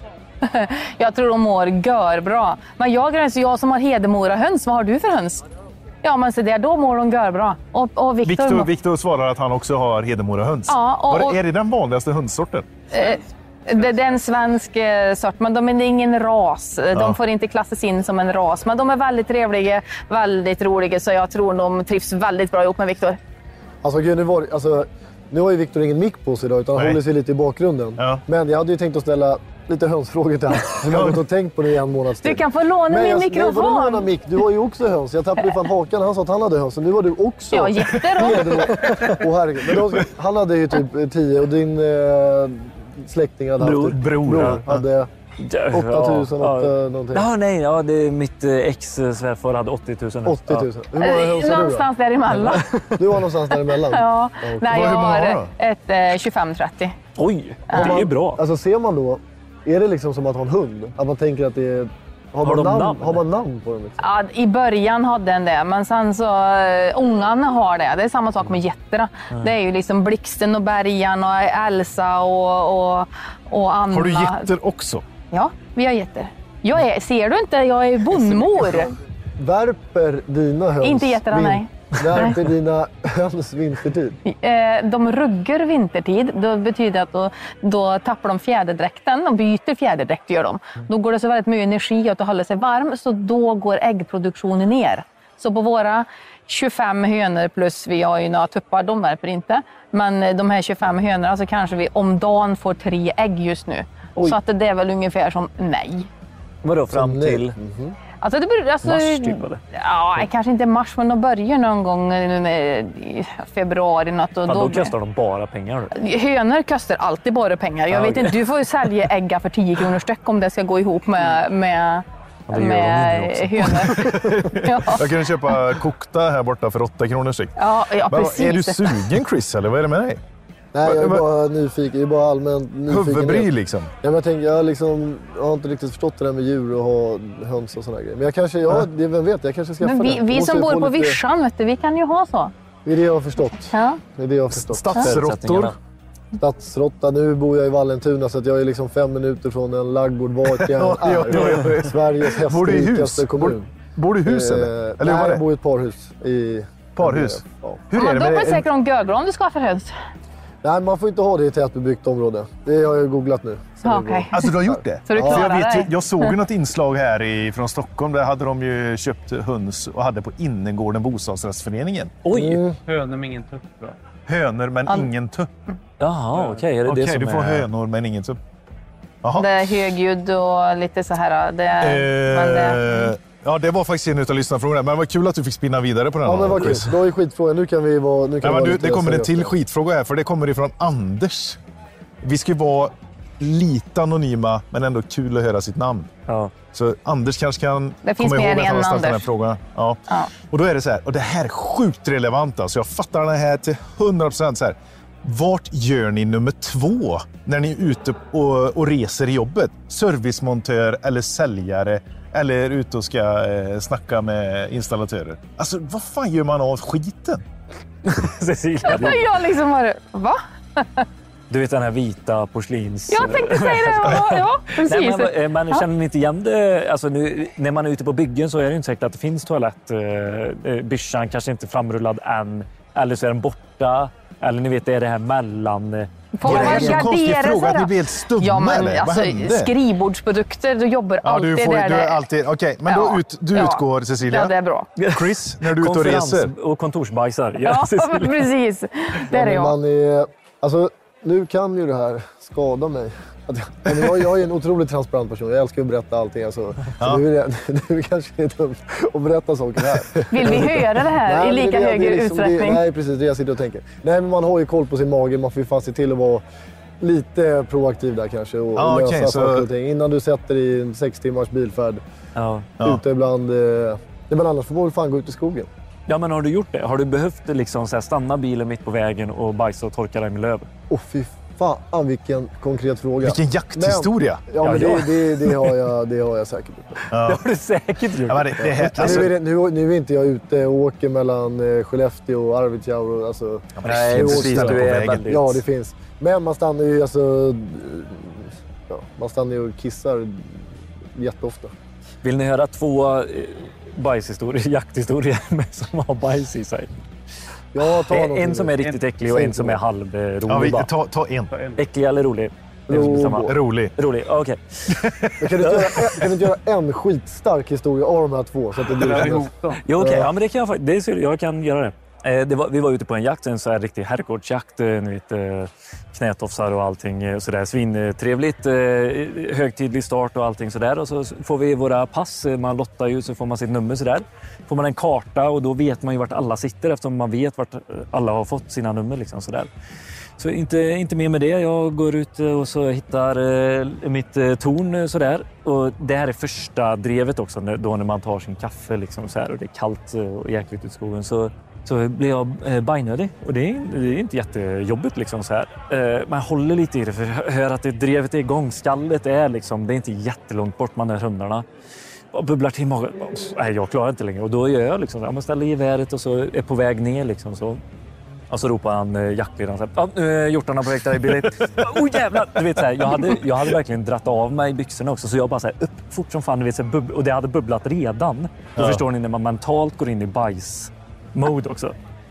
Jag tror de mår görbra. Men jag, alltså jag som har Hedemora höns, vad har du för höns? Ja, men så där, då mår de görbra. Och, och Victor, Victor, mår... Victor svarar att han också har Hedemora höns. Ja, och, och... Är det den vanligaste hönssorten? Eh, det, det är en svensk eh, sort, men de är ingen ras. De ja. får inte klassas in som en ras. Men de är väldigt trevliga, väldigt roliga, så jag tror de trivs väldigt bra ihop med Victor. Alltså, gud, nu var alltså... Nu har ju Victor ingen mick på sig idag, utan han håller sig lite i bakgrunden. Ja. Men jag hade ju tänkt att ställa lite hönsfrågor till honom. Som jag har gått och tänkt på det i en månads tid. Du kan få låna men min jag, mikrofon. Men jag får låna mick. Du har ju också höns. Jag tappade fan hakan. Han sa att han hade höns. Och nu var du också. Ja, jätteroligt. Åh herregud. Men då, han hade ju typ tio och din eh, släkting hade bror, haft... Bror. Bror hade... åtta tusen, ja, åtta, ja. någonting. Ja, nej, ja, det är mitt ex-svärfar hade åttio tusen. åttio tusen. Ja. Hur många höns har någonstans du då? Däremellan. Du var någonstans däremellan? Ja, okay. Nej, jag har ett eh, tjugofem trettio. Oj, ja. Det är ju bra. Alltså ser man då, är det liksom som att ha en hund? Att man tänker att det är... Har, har, man namn, namn? har man namn på dem? Liksom? Ja, i början hade den det, men sen så... Uh, ungarna har det. Det är samma sak med getterna. Mm. Det är ju liksom Blixten och Bergan och Elsa och, och, och Anna. Har du getter också? Ja, vi har getter. Jag är, ser du inte? Jag är bondmor. Värper dina höns? Inte getterna, nej. Värper dina höns vintertid? De ruggar vintertid. Det betyder att då, då tappar de fjäderdräkten. De byter fjäderdräkt, gör de. Då går det så väldigt mycket energi att hålla sig varm. Så då går äggproduktionen ner. Så på våra tjugofem hönor plus vi har ju några tuppar, de värper inte. Men de här tjugofem hönorna så kanske vi om dagen får tre ägg just nu. Oj. Så att det är väl ungefär som nej. Vadå fram till? Mm-hmm. Alltså det börjar, alltså, mars typ eller? Ja, kanske inte mars, men de börjar någon gång i februari. Något, och Fan, då, då kostar de bara pengar. Hönor kostar alltid bara pengar. Jag ah, vet okay. inte, du får ju sälja ägga för tio kronor styck om det ska gå ihop med, med, ja, med hönor. Ja. Jag kan köpa kokta här borta för åtta kronor styck. Ja, ja, men, precis. är du sugen, Chris, eller vad är det med dig? Nej, jag är bara nyfiken. Jag är bara allmänt nyfiken. Huvudbry liksom? Ja, men jag tänker, jag, liksom, jag har inte riktigt förstått det där med djur och ha höns och sådana grejer. Men jag kanske, ja, ja. Det, vem vet, jag kanske ska men vi, vi som bor på lite... Vischan, vet du, vi kan ju ha så. Det är det jag har förstått. Ja. Det är det jag har förstått. Stadsråttor? Stadsråtta. Nu bor jag i Vallentuna så att jag är liksom fem minuter från en laggård vart jag ja, är. Ja, ja, ja. Sveriges hästrikaste kommun. Bor, bor du i hus eh, eller? eller nej, var det? jag bor i ett parhus. I parhus? Ja. Hur ja, är det då är det? säkert om görbra om du ska för höns. Nej, man får inte ha det i ett tätbebyggt område. Det har jag googlat nu. Okay. Alltså du har gjort det? Så du ja. jag, vet, dig. jag såg ju något inslag här i, från Stockholm. Där hade de ju köpt höns och hade på Innergården bostadsrättsföreningen. Oj! Mm. Hönor med ingen tupp, bra. Hönor men All... ingen tupp. Jaha, okej. Okay. Är det okay, det som du får är... hönor men ingen tupp. Aha. Det är högljudd och lite så här. Det är, eh... men det... Ja, det var faktiskt en utav lyssnarfrågorna. Men vad kul att du fick spinna vidare på den. Ja, men vad kul. Då är skitfrågan. Nu kan vi vara... Nu kan Nej, vi men vara du, det kommer en till skitfråga här, för det kommer ifrån Anders. Vi ska ju vara lite anonyma, men ändå kul att höra sitt namn. Ja. Så Anders kanske kan det finns komma ihåg mer att han har än ställt den här Anders. frågan. Ja. Ja. Och då är det så här, och det här är sjukt relevant. Alltså. Jag fattar den här till hundra procent. Så här. Vart gör ni nummer två när ni är ute och, och reser i jobbet? Servicemontör eller säljare eller ute och ska eh, snacka med installatörer. Alltså, vad fan gör man av skiten? Cecilia, Jag liksom har... Va? du vet den här vita porslins... Jag tänkte säga det. Ja, ja precis. Nej, men, man Ja. känner inte igen det. Alltså, nu, när man är ute på byggen så är det inte säkert att det finns toalett. Eh, byschan kanske inte framrullad än. Eller så är den borta. Eller ni vet, det är det här mellan... Får Var det man här så konstig gardera fråga sig att ni då? blev helt stumma Ja, men eller? alltså, Vad hände? skrivbordsprodukter, du jobbar Ja, alltid du får, där du det är alltid... Okej, men Ja, då ut, du ja. utgår, Cecilia. Ja, det är bra. Chris, när du är ute och konferens reser. och kontorsbajsar. Ja, Cecilia. precis. Det är Men jag. man är, alltså, nu kan ju det här skada mig. Att jag, men jag, jag är en otroligt transparent person. Jag älskar att berätta allting. Alltså. Ja. Så nu, är det, nu kanske det är dumt att berätta saker här. Vill vi höra det här Nej, i men lika det- det är hög liksom det- utsträckning? Nej, precis. Det jag sitter och tänker. Nej, men man har ju koll på sin mage. Man får ju fan se till att vara lite proaktiv där kanske. Och, Ja, och lösa okej, så- saker och ting. Innan du sätter i en sex timmars bilfärd. Ja. Ja. Ute ibland... Eh, men annars får man väl fan gå ut i skogen. Ja, men har du gjort det? Har du behövt liksom, så här, stanna bilen mitt på vägen och bajsa och torka dig med löv? Åh, fy fan vilken konkret fråga. Vilken jakthistoria. Ja, men Ja, ja. det, det, det, har jag, det har jag säkert gjort. Det har du säkert gjort. Ja, men det, det här, alltså, nu, är det, nu, nu är inte jag ute och åker mellan eh, Skellefteå och Arvidsjaur. Och, alltså, Nej, nu precis. åker- Du är vägen. väldigt... Ja, det finns. Men man stannar ju alltså, ja, man stannar ju och kissar jätteofta. Vill ni höra två eh, bajshistorier, jakthistorier med, som har bajs i sig? Ja, ta Det är någonting en som nu. är riktigt äcklig och en som är halvrolig. ja, vi, bara. ta, ta en. Äcklig eller rolig? Det är Rolig. samma. Rolig. Rolig, okej. Men kan, du inte göra, en- kan du inte göra en skitstark historia av de här två? Så att det blir Jo, okej. Ja, men det kan jag faktiskt. Det är så, jag kan göra det. Eh, det var, vi var ute på en jakt, en så här riktig herrgårdsjakt. Eh, ni vet, eh, knätofsar och allting eh, sådär. Svintrevligt. Eh, högtidlig start och allting sådär. Och så får vi våra pass. Eh, Man lottar ju så får man sitt nummer sådär. Får man en karta och då vet man ju vart alla sitter eftersom man vet vart alla har fått sina nummer liksom sådär. Så inte, inte mer med det. Jag går ut och så hittar eh, mitt eh, torn eh, sådär. Och det här är första drevet också när- då när man tar sin kaffe liksom så här, och det är kallt eh, och jäkligt ut i skogen. Så, så blir jag eh, bajnödig och det är, det är inte jättejobbigt liksom så här. Eh, man håller lite i det för jag hör att det, drevet är igång. Skallet är liksom, det är inte jättelångt bort man är hundarna. Och bubblar till magen. Nej, jag klarar inte längre. Och då gör jag liksom, jag ställer geväret och så är på väg ner liksom så. Och så ropar han eh, jaktledaren så här, ja, nu är hjortarna på väg till dig, Billy. Oj jävlar! Du vet så här, jag hade, jag hade verkligen dratt av mig byxorna också så jag bara så här, upp fort som fan, du vet, så här, bub- och det hade bubblat redan. Då Ja. förstår ni när man mentalt går in i bajs-mode också.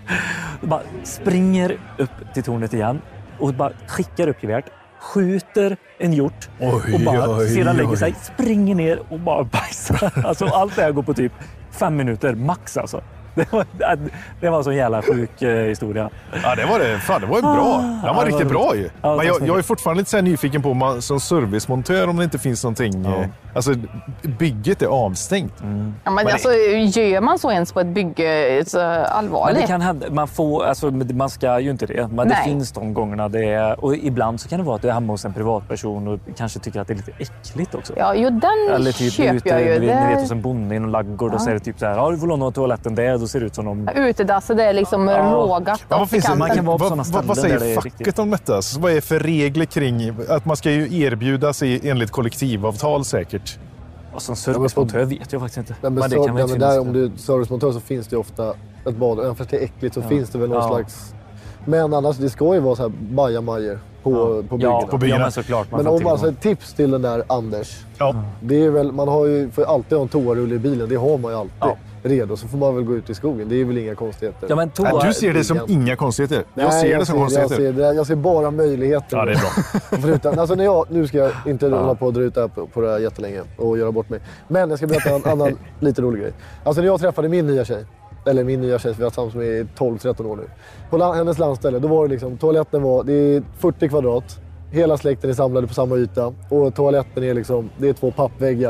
Och bara springer upp till tornet igen och bara skickar upp geväret, skjuter en hjort Oj, och bara oj, sedan lägger oj. sig, springer ner och bara bajsar. Alltså allt det här går på typ fem minuter max alltså. Det var, det var en så jävla sjuk eh, historia. Ja, det var det. Fan, det var ju bra. Den Ja, var det riktigt var bra roligt. ju. Ja, Men tack jag, så jag är mycket. fortfarande lite så här nyfiken på om man, som servicemontör om det inte finns någonting. Ja. eh, Alltså, bygget är avstängt. Ja, men Men det- alltså, gör man så ens på ett bygge så Men allvarligt? det kan hända. Man, får, alltså, man ska ju inte det. Men det Nej. finns de gångerna det är. Och ibland så kan det vara att du är hemma hos en privatperson och kanske tycker att det är lite äckligt också. Ja, jo, den Eller typ köper ute, jag ju. ni vet, ni vet Det... hos en bonde i någon laggård och så är det typ så här, ja du får låna toaletten där. Då ser det ut som de... Utedasset är liksom Ja. rågat Ja, vad, finns det, man kan vara på vad, såna vad, ställen vad där säger det är facket riktigt. om detta? Så vad är det för regler kring att man ska ju erbjuda sig enligt kollektivavtal säkert? Och som servicemontör vet jag faktiskt inte. Nej, men Men det så, kan väl nej, inte men där, finnas om du är servicemontör så finns det ju ofta ett bad. Även fast det är äckligt så Ja. finns det väl någon Ja. slags... Men annars, det ska ju vara så här bajamajor på, på byggena. Ja, på byggena. ja, men såklart. Man Men får om tillgång. alltså ett tips till den där Anders. Ja. Det är väl, man har ju, får ju alltid ha en toarulle i bilen. Det har man ju alltid Ja. redo. Så får man väl gå ut i skogen. Det är väl inga konstigheter. Ja, men Nej, toa... du ser det som inga konstigheter. Jag Nej, ser det som jag konstigheter. ser, det- jag ser bara möjligheter. Ja, det är bra. Förutom, alltså när jag, nu ska jag inte Ja. hålla på och dra ut det här på, på det här jättelänge och göra bort mig. Men jag ska berätta en annan lite rolig grej. Alltså när jag träffade min nya tjej, eller min nya tjej, för vi har varit tillsammans med i tolv tretton år nu. På la, hennes landställe, då var det liksom, toaletten var, det är fyrtio kvadrat. Hela släkten är samlade på samma yta och toaletten är liksom, det är två pappväggar.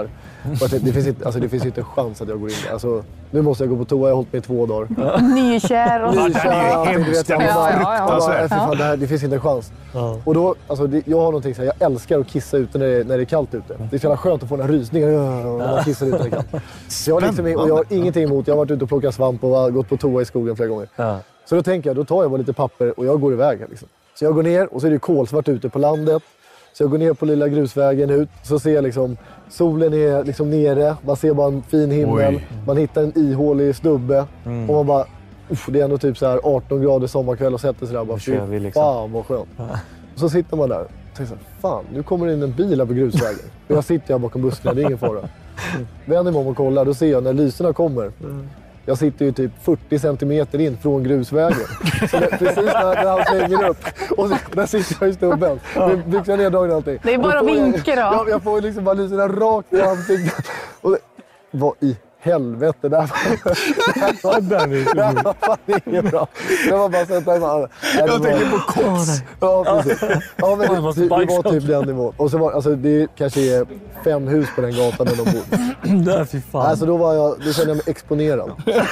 Det, det, finns inte, alltså, det finns inte en chans att jag går in där. Alltså, nu måste jag gå på toa, jag har hållit mig i två dagar. Nykär och så. Nykär, det är hemskt. Det är fruktansvärt. Ja, ja, ja. Det finns inte en chans. Ja. Och då, alltså, det, jag har någonting så här, jag älskar att kissa ute när det, när det är kallt ute. Det är så jävla skönt att få den här rysningen när man kissar ute när det är kallt. Så jag, har liksom, och jag har ingenting emot, jag har varit ute och plockat svamp och har gått på toa i skogen flera gånger. Ja. Så då tänker jag, då tar jag bara lite papper och jag går iväg. Liksom. Så jag går ner och så är det kolsvart ute på landet. Så jag går ner på lilla grusvägen ut, så ser jag liksom solen är liksom nere, man ser bara en fin himmel, Oj. Man hittar en ihålig stubbe mm. och man bara, uff, det är ändå typ så här arton grader sommarkväll och sätter sig där och bara, fy liksom. Fan vad skönt. Ja. Och så sitter man där och tänker så här, fan nu kommer det in en bil här på grusvägen. Och jag sitter här bakom buskarna, det är ingen fara. Vänder mig om och kollar, då ser jag när lyserna kommer. Mm. Jag sitter ju typ fyrtio centimeter in från grusvägen. Så det, precis när, när han slänger upp. Och så, där sitter jag i stubben. Med byxorna neddragna och allting. Det är bara att vinka då. Jag, jag får liksom bara lyserna rakt i ansiktet. Och det, vad i helvete, där var det var fan inget bra. Det var bara att sätta mig. Jag var, tänker på koks. Ja, precis. Ja, men det, det, det var typ den nivån. Och så var, alltså, det kanske är fem hus på den gatan där de bor. Där, fy fan. Alltså, då, var jag, då kände jag mig exponerad.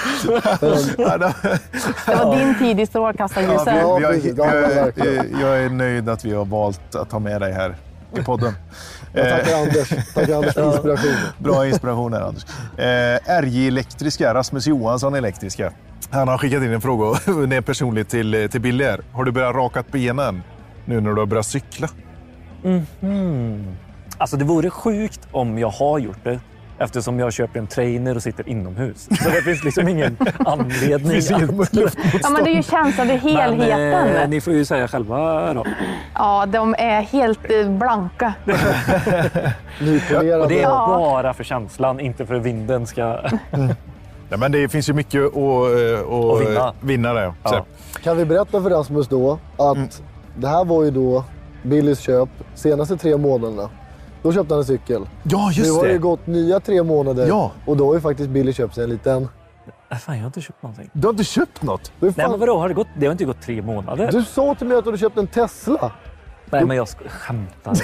Det var din tid i strålkastarljuset. Ja, jag, jag, jag, jag är nöjd att vi har valt att ha med dig här i podden. Jag tackar Anders. Tackar Anders för inspirationen. Bra inspiration här, Anders. Eh, R J Elektriska, Rasmus Johansson Elektriska. Han har skickat in en fråga, det är personligt till, till Billy här. Har du börjat raka benen nu när du har börjat cykla? Mm-hmm. Alltså det vore sjukt om jag har gjort det. Eftersom jag köper en trainer och sitter inomhus. Så det finns liksom ingen anledning att... Ja, men det är ju känslan, det är helheten. Men, eh, ni får ju säga själva då. Ja, de är helt eh, blanka. Och det är bara för känslan, inte för att vinden ska... Mm. Ja, men det finns ju mycket att, att, att vinna. vinna där. Ja. Kan vi berätta för Rasmus då att mm. det här var ju då Billys köp senaste tre månaderna. Då köpte han en cykel. Ja, just det. Nu har det gått nya tre månader. Ja. Och då har ju faktiskt Billy köpt sig en liten... Fan, jag har inte köpt någonting. Du har inte köpt något? Nej, men vadå? Har det, gått... det har inte gått tre månader. Du sa till mig att du hade köpt en Tesla. Nej, du... men jag skämtade.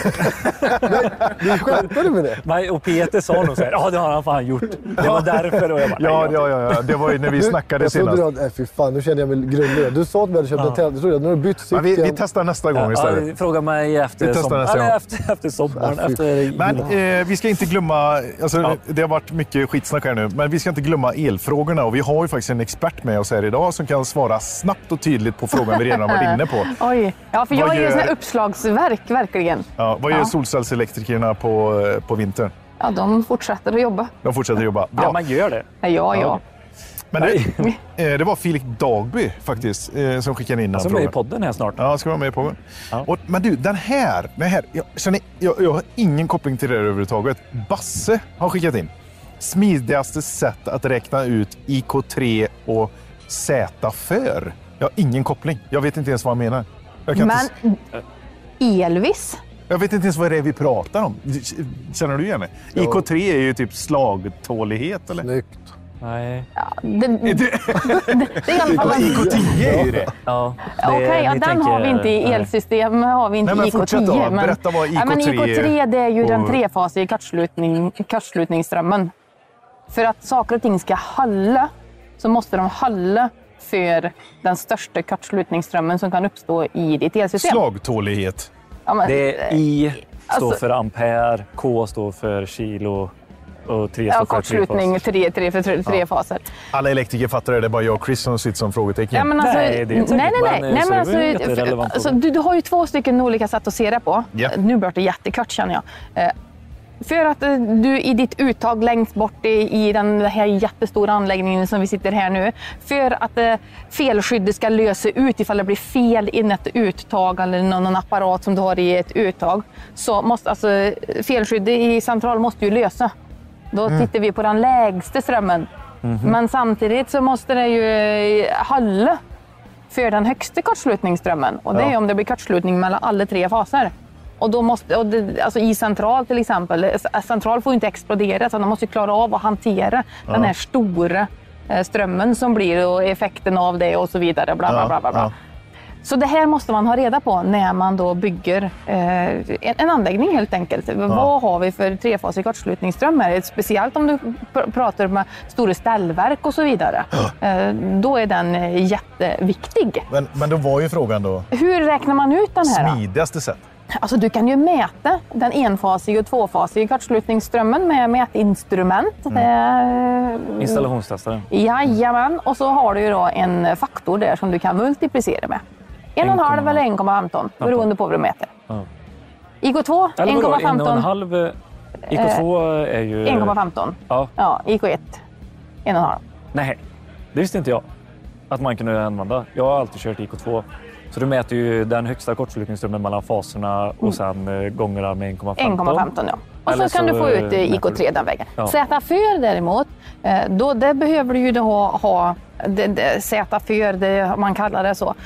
Nej, du skämtade med det? Nej, och Peter sa nog så här, ja det har han fan gjort. Det var därför. Och jag bara, ja, ja, ja, ja, det var ju när vi snackade jag senast. Jag trodde, fy fan, nu känner jag mig grundlig. Du sa att vi hade köpt ja. en Tesla. Jag trodde, nu har du bytt cykeln. Vi, vi testar nästa gång ja, istället. Ja, fråga mig efter sommaren. Eller efter, efter sommaren. Ja, efter men eh, vi ska inte glömma, alltså, ja. det har varit mycket skitsnack här nu, men vi ska inte glömma elfrågorna. Och vi har ju faktiskt en expert med oss här idag som kan svara snabbt och tydligt på frågan vi redan har varit inne på. Oj, ja, för jag är ju sån här uppslagsverk, verkligen. Ja, vad gör ja. solcellselektrikerna på, på vintern? Ja, de fortsätter att jobba. De fortsätter att jobba. Bra. Ja, man gör det. Ja, ja. ja. Men det, det var Filip Dagby faktiskt som skickade in den frågan. Som är i podden här snart. Ja, ska vara med i podden. Ja. Och, men du, den här, den här jag, känner, jag, jag har ingen koppling till det överhuvudtaget. Basse har skickat in. Smidigaste sätt att räkna ut I K tre och Z för. Jag har ingen koppling. Jag vet inte ens vad han menar. Jag kan men... inte... Elvis? Jag vet inte ens vad det är vi pratar om. Känner du igen det? Ja. I K tre är ju typ slagtålighet, eller? Snyggt. Nej. Ja, det, det, det, det är i alla fall... I K tio är ju det. Ja, det Okej, okay, ja, den tänker... har vi inte i elsystem. Har vi inte nej, men I K tio. Då. Men... Berätta vad I K tre är. Ja, men I K tre det är ju och... den trefasiga kartslutning, kartslutningsströmmen. För att saker och ting ska hålla så måste de hålla för den största kartslutningsströmmen som kan uppstå i ditt elsystem. Slagtålighet. Ja, men, det är I står alltså, för ampere, K står för kilo och tre står ja, för kortslutning, tre, tre för tre, tre ja. faser. Alla elektriker fattar det, det är bara jag och Chris som sitter som frågetecken. Ja, men alltså, nej, det är inte nej, nej, nej. nej men alltså, för, alltså, du, du har ju två stycken olika sätt att se det på. Yeah. Nu blir det jättekort känner jag. Uh, För att du i ditt uttag längst bort i, i den här jättestora anläggningen som vi sitter här nu. För att eh, felskyddet ska lösa ut ifall det blir fel in ett uttag eller någon, någon apparat som du har i ett uttag. Så måste alltså felskyddet i central måste ju lösa. Då mm. tittar vi på den lägsta strömmen. Mm-hmm. Men samtidigt så måste det ju hålla för den högsta kortslutningsströmmen. Och det är ja. om det blir kortslutning mellan alla tre faser. Och då måste, och det, alltså i central till exempel, central får ju inte explodera så de måste klara av att hantera ja. den här stora strömmen som blir och effekten av det och så vidare. Bla, bla, bla, bla, bla. Ja, ja. Så det här måste man ha reda på när man då bygger eh, en, en anläggning helt enkelt. Ja. Vad har vi för trefasig kortslutningsström här? Speciellt om du pr- pratar med stora ställverk och så vidare. Ja. Eh, då är den jätteviktig. Men, men då var ju frågan då... Hur räknar man ut den här? Smidigaste sätt. Alltså du kan ju mäta den enfasiga och tvåfasiga kortslutningsströmmen med mätinstrument. Mm. Eh, Installationstestare. Jajamän, och så har du ju då en faktor där som du kan multiplicera med. en komma fem eller en komma femton beroende på vad du mäter. Ja. I K två en komma femton. en komma fem I K två är ju... en komma femton. Ja. Ja, I K ett en komma fem. Nej, det visste inte jag att man kunde använda. Jag har alltid kört I K två. Så du mäter ju den högsta kortslutningsströmmen mellan faserna och sen mm. gånger med en komma femton. en komma femton, ja. Och så, så kan du få ut I K tre den vägen. Ja. Z fyra däremot, då det behöver du ju då ha, ha det, det, Z fyra, det, man kallar det så,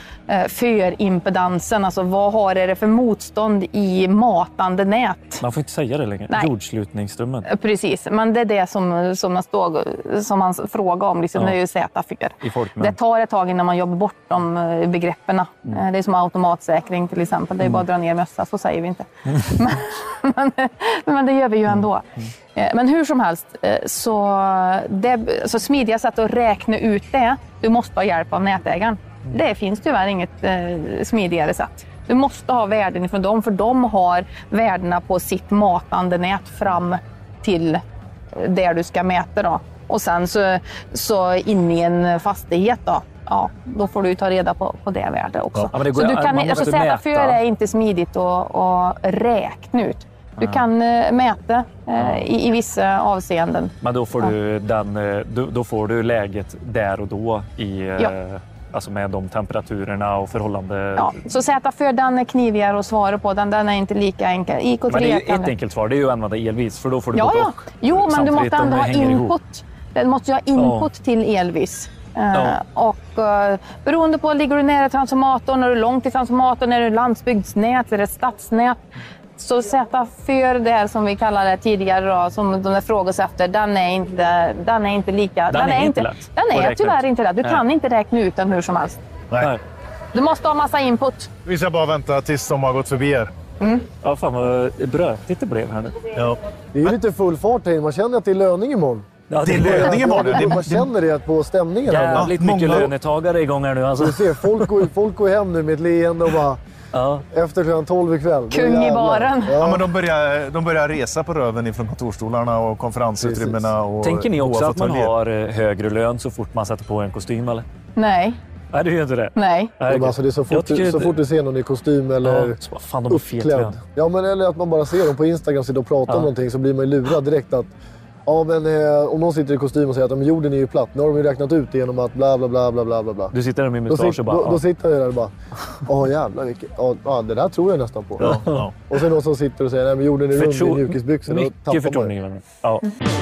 för impedansen. Alltså vad har det för motstånd i matande nät? Man får inte säga det längre. Nej. Jordslutningsströmmen. Precis, men det är det som, som, man, stod, som man frågar om. Liksom, ja. Det är ju Z fyra. Det tar ett tag innan man jobbar bort de begreppen. Mm. Det är som automatsäkring till exempel. Det är bara att dra ner mössa, så säger vi inte. Mm. men, men, men det gör vi ju ändå. Mm. Men hur som helst, så, det, så smidiga sätt att räkna ut det, du måste ha hjälp av nätägaren. Mm. Det finns tyvärr inget eh, smidigare sätt. Du måste ha värden ifrån dem, för de har värdena på sitt matande nät fram till där du ska mäta då. Och sen så, så in i en fastighet då, ja, då får du ta reda på, på det värdet också. Ja, det går, så du kan, alltså, Z fyra är inte smidigt att, att räkna ut. Du kan uh, mäta uh, i, i vissa avseenden. Men då får, ja. du den, då, då får du läget där och då i, ja. uh, alltså med de temperaturerna och förhållande... Ja, så Z fyra den är knivigare att svara på. Den, den är inte lika enkel. I K tre men det är ett enkelt svar, det är ju att använda elvis, för då får du ja, både ja. och. Jo, men du måste ändå ha input. Den måste ju ha input ja. till elvis. Uh, ja. Och uh, beroende på, ligger du nära transformatorn, är du långt i transformatorn, är du landsbygdsnät, är det stadsnät. Så Z fyra, det här som vi kallade det tidigare då, som de frågas efter, den är inte, den är inte lika... Den, den är, är inte lätt. Den är tyvärr inte lätt. Du Nej. kan inte räkna ut den hur som helst. Nej. Du måste ha massa input. Vi ska bara vänta tills de har gått förbi er. Mm. Ja, fan vad brötigt det blev här nu. Ja. Det är ju lite full fart här. Man känner att det är löning imorgon. Ja, det är löning imorgon. Man känner det på stämningen. Jävligt ja, mycket många... lönetagare igång här nu. Alltså. Du ser, folk går, folk går hem nu med ett leende och bara... Ja. Efter klockan tolv ikväll. Kung i baren. Ja. Ja, men de börjar, de börjar resa på röven ifrån kontorstolarna och konferensutrymmena. Och tänker ni också att man har högre lön så fort man sätter på en kostym, eller? Nej. Nej, det gör inte det. Nej. Nej, men alltså, det är så fort, du, så fort du ser någon i kostym eller ja, så, fan, de uppklädd. Ja, men eller att man bara ser dem på Instagram sitta och prata ja. om någonting, så blir man ju lurad direkt att ja, men eh, om någon sitter i kostym och säger att ja, jorden är ju platt. Nu har de ju räknat ut det genom att bla bla bla bla bla bla. Du sitter där med mustasch och bara... Då, då, då sitter jag där och bara... Åh jävlar, vilket, ja, det där tror jag nästan på. Ja. Ja. Och sen någon som sitter och säger nej, men jorden är rund i mjukisbyxor. Mycket förtroende. Ja.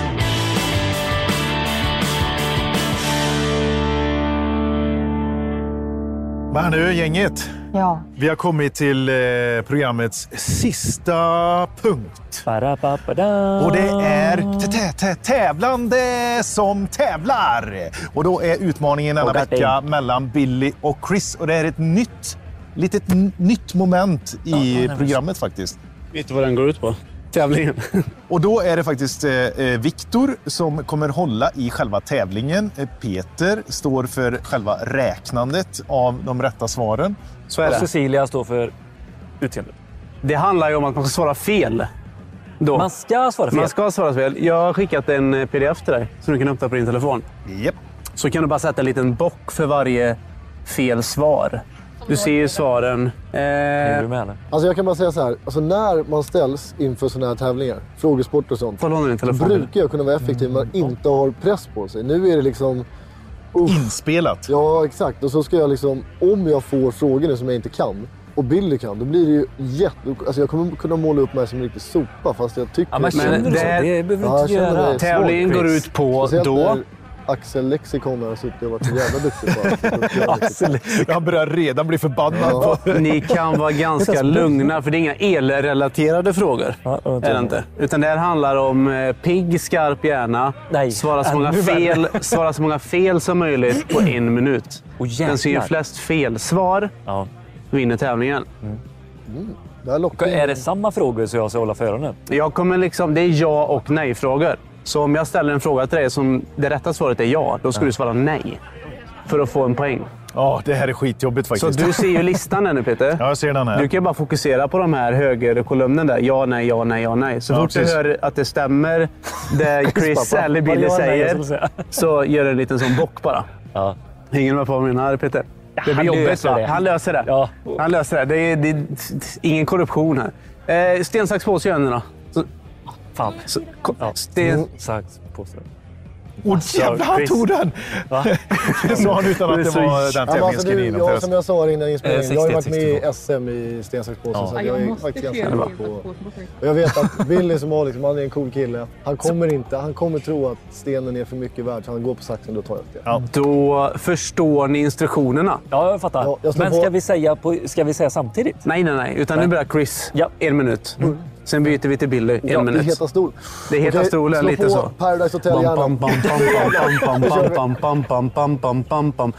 Men nu gänget. Ja. Vi har kommit till eh, programmets sista punkt. Och det är tävlande som tävlar. Och då är utmaningen denna vecka mellan Billy och Chris. Och det är ett nytt, litet nytt moment i ja, programmet faktiskt. Vet du vad den går ut på? Tävlingen. Och då är det faktiskt eh, Viktor som kommer hålla i själva tävlingen. Peter står för själva räknandet av de rätta svaren. Så är det. Och Cecilia står för utseendet. Det handlar ju om att man ska svara fel. Då. Man ska svara fel? Man ska svara fel. Jag har skickat en P D F till dig som du kan öppna på din telefon. Yep. Så kan du bara sätta en liten bock för varje fel svar. Du ser ju svaren. Eh... Är du med eller? Alltså jag kan bara säga så här. Alltså när man ställs inför såna här tävlingar, frågesport och sånt, så brukar jag kunna vara effektiv men inte har press på sig. Nu är det liksom... Uff. Inspelat. Ja, exakt. Och så ska jag liksom, om jag får frågor som jag inte kan, och Billy kan, då blir det ju jätte... Alltså jag kommer kunna måla upp mig som en riktig sopa, fast jag tycker... Ja, men känner du så? Det behöver ja, inte göra. Tävlingen går ut på då... Axel Lexikon har suttit och varit så jävla duktig på. Axel, han börjar redan bli förbannad. Ja. Ni kan vara ganska lugna, för det är inga elrelaterade frågor. Ja, är det inte. Utan det här handlar om pigg, skarp hjärna. Nej. Svara så många fel, svara så många fel som möjligt på en minut. Oh, den ser ju flest fel svar. Ja. vinner tävlingen. Mm. Det här är det samma frågor så jag ska hålla för öronen? Jag kommer liksom, det är ja och nej-frågor. Så om jag ställer en fråga till dig som det rätta svaret är ja, då ska ja. du svara nej. För att få en poäng. Ja, det här är skitjobbigt faktiskt. Så du ser ju listan här nu, Peter. Ja, jag ser den här. Du kan bara fokusera på de här högerkolumnen där. Ja, nej, ja, nej, ja, nej. Så ja, fort precis. Du hör att det stämmer det Chris eller Billy ja, säger, nej, så gör en liten sån bock bara. Ja. Hänger med på vad jag menar, Peter? Det blir jobbigt, va? Han löser det. Ja. Han löser det. Det är, det är ingen korruption här. Eh, sten, sax, påse, igen då. Så, fan. Så, ko- ja. Sten, sax, påse. Åh, jävlar, han tog den! Det sa han utan att det var den tävlingen skulle genomföras. Ja, som jag sa innan inspelningen, jag har ju varit med i S M i sten, sax, påse. Så jag är faktiskt ganska bra på... Och jag vet att Billy som har liksom, han är en cool kille. Han kommer inte, han kommer tro att stenen är för mycket värd. Så han går på saxen, då tar jag det. Ja. Då förstår ni instruktionerna. Ja, jag fattar. Ja, jag Men ska, på... vi säga på, ska vi säga samtidigt? Nej, nej, nej. Utan nej. Nu börjar Chris. Ja. En minut. Mm. Sen byter vi till Billy. En ja, minut. Det heter stol. Det heter okay, stolen, lite på så. Paradise Hotel gärna. Bam, bam, bam, bam, bam, bam, bam, bam, bam, bam.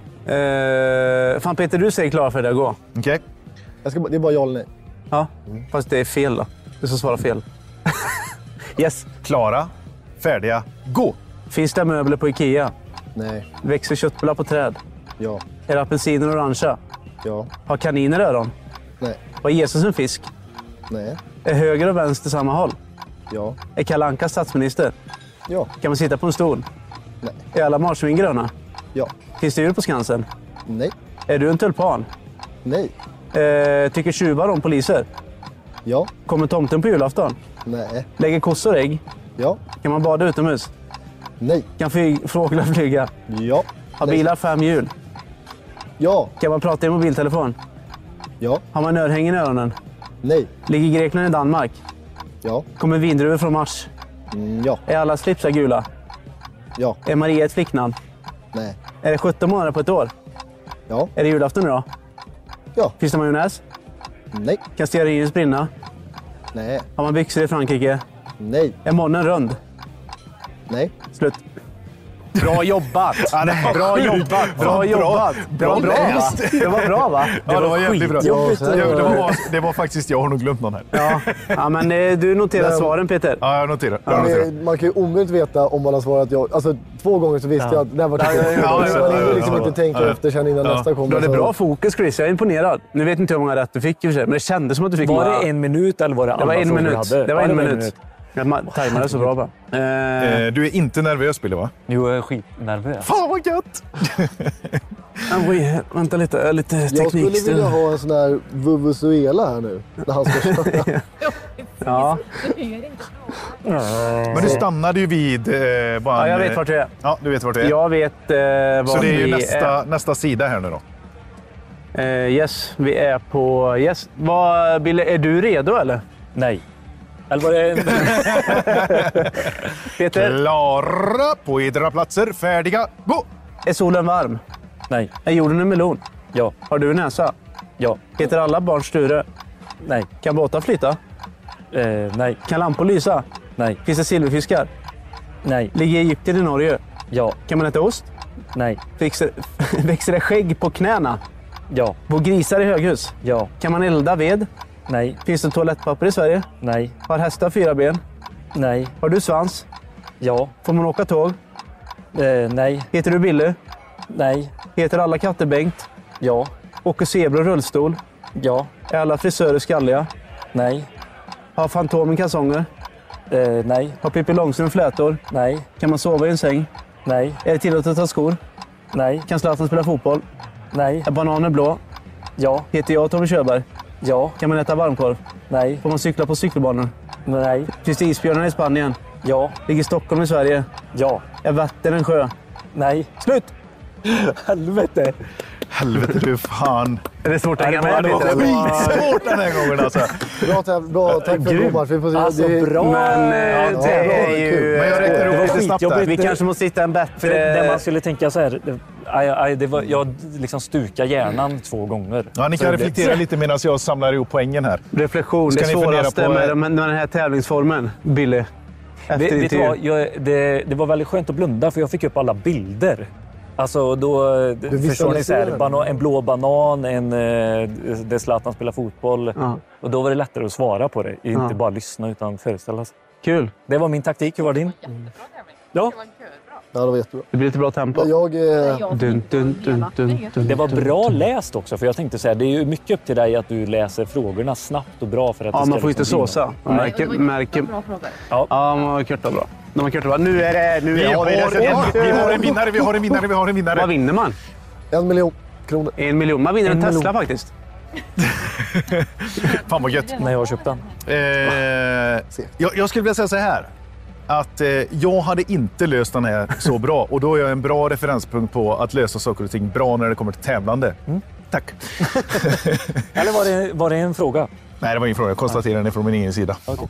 Uh, fan Peter, du säger klar för det att gå. Okej. Okay. Det är bara ja eller nej. Ja, mm. Fast det är fel då. Du ska svara fel. Yes. Klara, färdiga, gå! Finns det möbler på Ikea? Nej. Växer köttbullar på träd? Ja. Är apelsiner orangea? Ja. Har kaniner öron? Nej. Var Jesus en fisk? Nej. Är höger och vänster samma håll? Ja. Är Kalle Anka statsminister? Ja. Kan man sitta på en stol? Nej. Är alla marsvin gröna? Ja. Finns det djur på Skansen? Nej. Är du en tulpan? Nej. Eh, tycker tjuvar om poliser? Ja. Kommer tomten på julafton? Nej. Lägger kossor ägg? Ja. Kan man bada utomhus? Nej. Kan flyg- fåglar flyga? Ja. Har bilar fem hjul? Ja. Kan man prata i mobiltelefon? Ja. Har man örhängen i öronen? Nej. Ligger Grekland i Danmark? Ja. Kommer vindruvor från Mars? Mm, ja. Är alla slipsar gula? Ja. Är Maria ett flicknamn? Nej. Är det sjutton månader på ett år? Ja. Är det julafton idag? Ja. Finns det majonnäs? Nej. Kan stearinljus brinna? Nej. Har man byxor i Frankrike? Nej. Är månen rund? Nej. Slut. Bra jobbat! Ja, nej, bra jobbat! Bra jobbat! Det var bra, va? Det var bra, va? Det, ja, det var, var jävligt bra. Ja, det, var, det var faktiskt, jag har nog glömt någon här. Ja, ja men du noterar men, svaren, Peter. Ja, jag noterar. Ja, jag noterar. Man kan ju omöjligt veta om man har svarat ja. Alltså, två gånger så visste ja. jag att det var det. Ja, ja, ja, man hinner liksom ja, inte tänka ja. efter sen innan ja. nästa kommer. Du hade så. Bra fokus, Chris. Jag är imponerad. Nu vet inte hur många rätt du fick i och för sig, men det kändes som att du fick Var många. det en minut eller var det andra? Det var en minut. Hade? Det var ja, en det minut. minut. Jag tajmade så bra, va? Eh, du är inte nervös, Billy, va? Jo, jag är skitnervös. Fan vad gött! Oj, vänta lite, lite teknik. Jag skulle vilja ha en sån här vuvuzuela här nu, när han ska köra. Ja. Men du stannade ju vid... Eh, bara ja, jag en, vet vart du är. Ja, du vet vart du är. Jag vet eh, var Så det är ju vi nästa, är. nästa sida här nu då? Eh, yes, vi är på... Yes. Vad, Billy, är du redo, eller? Nej. Eller var det... Peter? Klara på edra platser, färdiga, gå! Är solen varm? Nej. Är jorden en melon? Ja. Har du en näsa? Ja. Heter alla barn Sture? Nej. Kan båtar flyta? Eh, nej. Kan lampor lysa? Nej. Finns det silverfiskar? Nej. Ligger Egypten i Norge? Ja. Kan man äta ost? Nej. Växer, växer det skägg på knäna? Ja. Bor grisar i höghus? Ja. Kan man elda ved? Nej. Finns det toalettpapper i Sverige? Nej. Har hästar fyra ben? Nej. Har du svans? Ja. Får man åka tåg? Eh, nej. Heter du Billy? Nej. Heter alla katter Bengt? Ja. Åker zebra rullstol? Ja. Är alla frisörer skalliga? Nej. Har Fantomen kalsonger? Eh, nej. Har Pippi Långstrump flätor? Nej. Kan man sova i en säng? Nej. Är det tillåtet att ta skor? Nej. Kan Zlatan spela fotboll? Nej. Är bananer blå? Ja. Heter jag Tommy Körberg? Ja. Kan man äta varmkorv? Nej. Får man cykla på cykelbanor? Nej. Finns det isbjörnar i Spanien? Ja. Ligger Stockholm i Sverige? Ja. Är Vättern en sjö? Nej. Slut! Helvete! Helvete du fan. Är det svårt att hänga med? Det var skitsvårt den här gången alltså. Bra, tack, bra tack för domaren. Vi får se. Alltså det är... bra. Men ja, det är ju... Men jag räckte upp lite snabbt där. Vi kanske måste hitta en bättre... För det man skulle tänka så här... Aj, aj, det var, jag liksom stukar hjärnan två gånger. Ja, ni kan reflektera lite medan jag samlar ihop poängen här. Reflektion, det svåraste på... med, med den här tävlingsformen, Billy. Vet, vet vad, jag, det, det var väldigt skönt att blunda för jag fick upp alla bilder Alltså då förstår ni så här, banan, en blå banan, en, där Zlatan spelar fotboll. Ja. Och då var det lättare att svara på det. Inte ja. bara lyssna utan föreställa sig. Kul. Det var min taktik. Hur var din? Mm. Ja. Ja, det var jättebra. Det blir lite bra tempo. Jag, eh... dun, dun, dun, dun, dun, det var bra läst också. För jag tänkte så här, det är ju mycket upp till dig att du läser frågorna snabbt och bra. För att ja, det ska man får liksom inte såsa. Man märker... märker... Ja, ja man har kört bra. De har kört bra. Nu är det... Nu vi, är har det, en, vi har en vinnare, vi har en vinnare, vi har en vinnare. Vad vinner man? En miljon kronor. En miljon. Man vinner en, en Tesla miljon. faktiskt. Fan vad gött. När jag har köpt den. Eh, jag, jag skulle vilja säga så här. Att eh, jag hade inte löst den här så bra. Och då är jag en bra referenspunkt på att lösa saker och ting bra när det kommer till tävlande. Mm. Tack. Eller var det, var det en fråga? Nej, det var ingen fråga. Jag konstaterar det från min egen sida. Okay.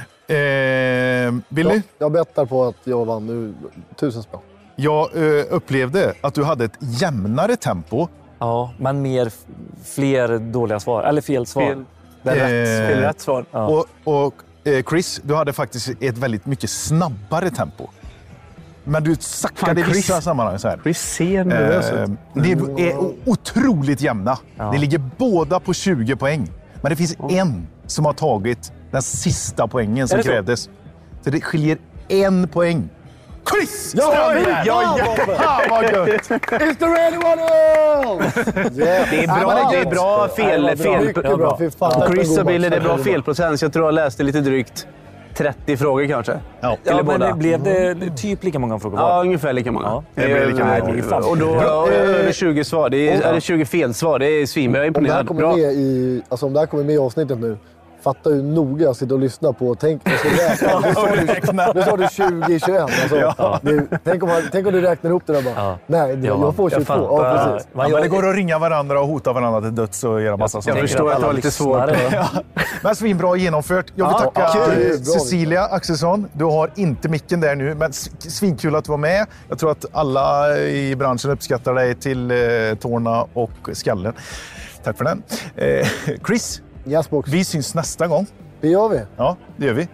Eh, vill ni? Jag bettar på att jag vann nu. Tusen spänn. Jag eh, upplevde att du hade ett jämnare tempo. Ja, men mer fler dåliga svar. Eller fel svar. Fel, det är rätt, fel rätt svar. Ja. Och, och eh, Chris, du hade faktiskt ett väldigt mycket snabbare tempo. Men du sackade i vissa sammanhang så här. Chris ser nervös ut. Det är otroligt jämna. Ja. Det ligger båda på tjugo poäng. Men det finns oh. en som har tagit den sista poängen som krävdes. Så? så det skiljer en poäng. Chris! Ja, Strandberg! ja, ja, vad gött! Is there anyone else? Yeah. Det är bra, det är bra fel. Ja, fel. Mycket bra. bra. Ja. Chris och Billy, det är bra felprocent. Jag tror jag läste lite drygt trettio frågor kanske. Ja, ja men det blev det typ lika många frågor var. Ja, ungefär lika många. Ja, det blev lika många. Nej, och då över tjugo svar. Det är, är tjugo felsvar. Det är svinbra. Jag är imponerad. Om det här kommer med i, alltså om det här kommer med i avsnittet nu, fatta hur noga jag sitter och lyssnar på. Tänk, jag ska räkna. Nu sa du tjugo tjugoett. Alltså, ja. det, tänk, om, tänk om du räknar ihop det där bara. Ja. Nej, det, jag får tjugotvå. Jag ja, precis. Ja, men det går att ringa varandra och hota varandra till döds och göra massa saker. Jag förstår att det var lite svårt. Ja. Men svinbra genomfört. Jag vill tacka ja, Cecilia Axelsson. Du har inte micken där nu, men svinkul att du var med. Jag tror att alla i branschen uppskattar dig till eh, tårna och skallen. Tack för den. Eh, Chris. Yes, vi syns nästa gång. Det gör vi. Ja, det gör vi.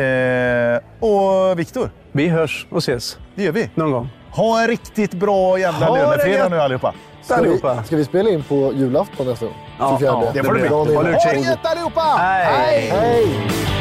Eh, och Viktor. Vi hörs och ses. Det gör vi. Någon gång. Ha en riktigt bra jävla lönefredag nu allihopa. Ska vi, ska vi spela in på julafton nästa gång? Ja, ja, det får du bli. Ha det gött allihopa! Hej! Hej!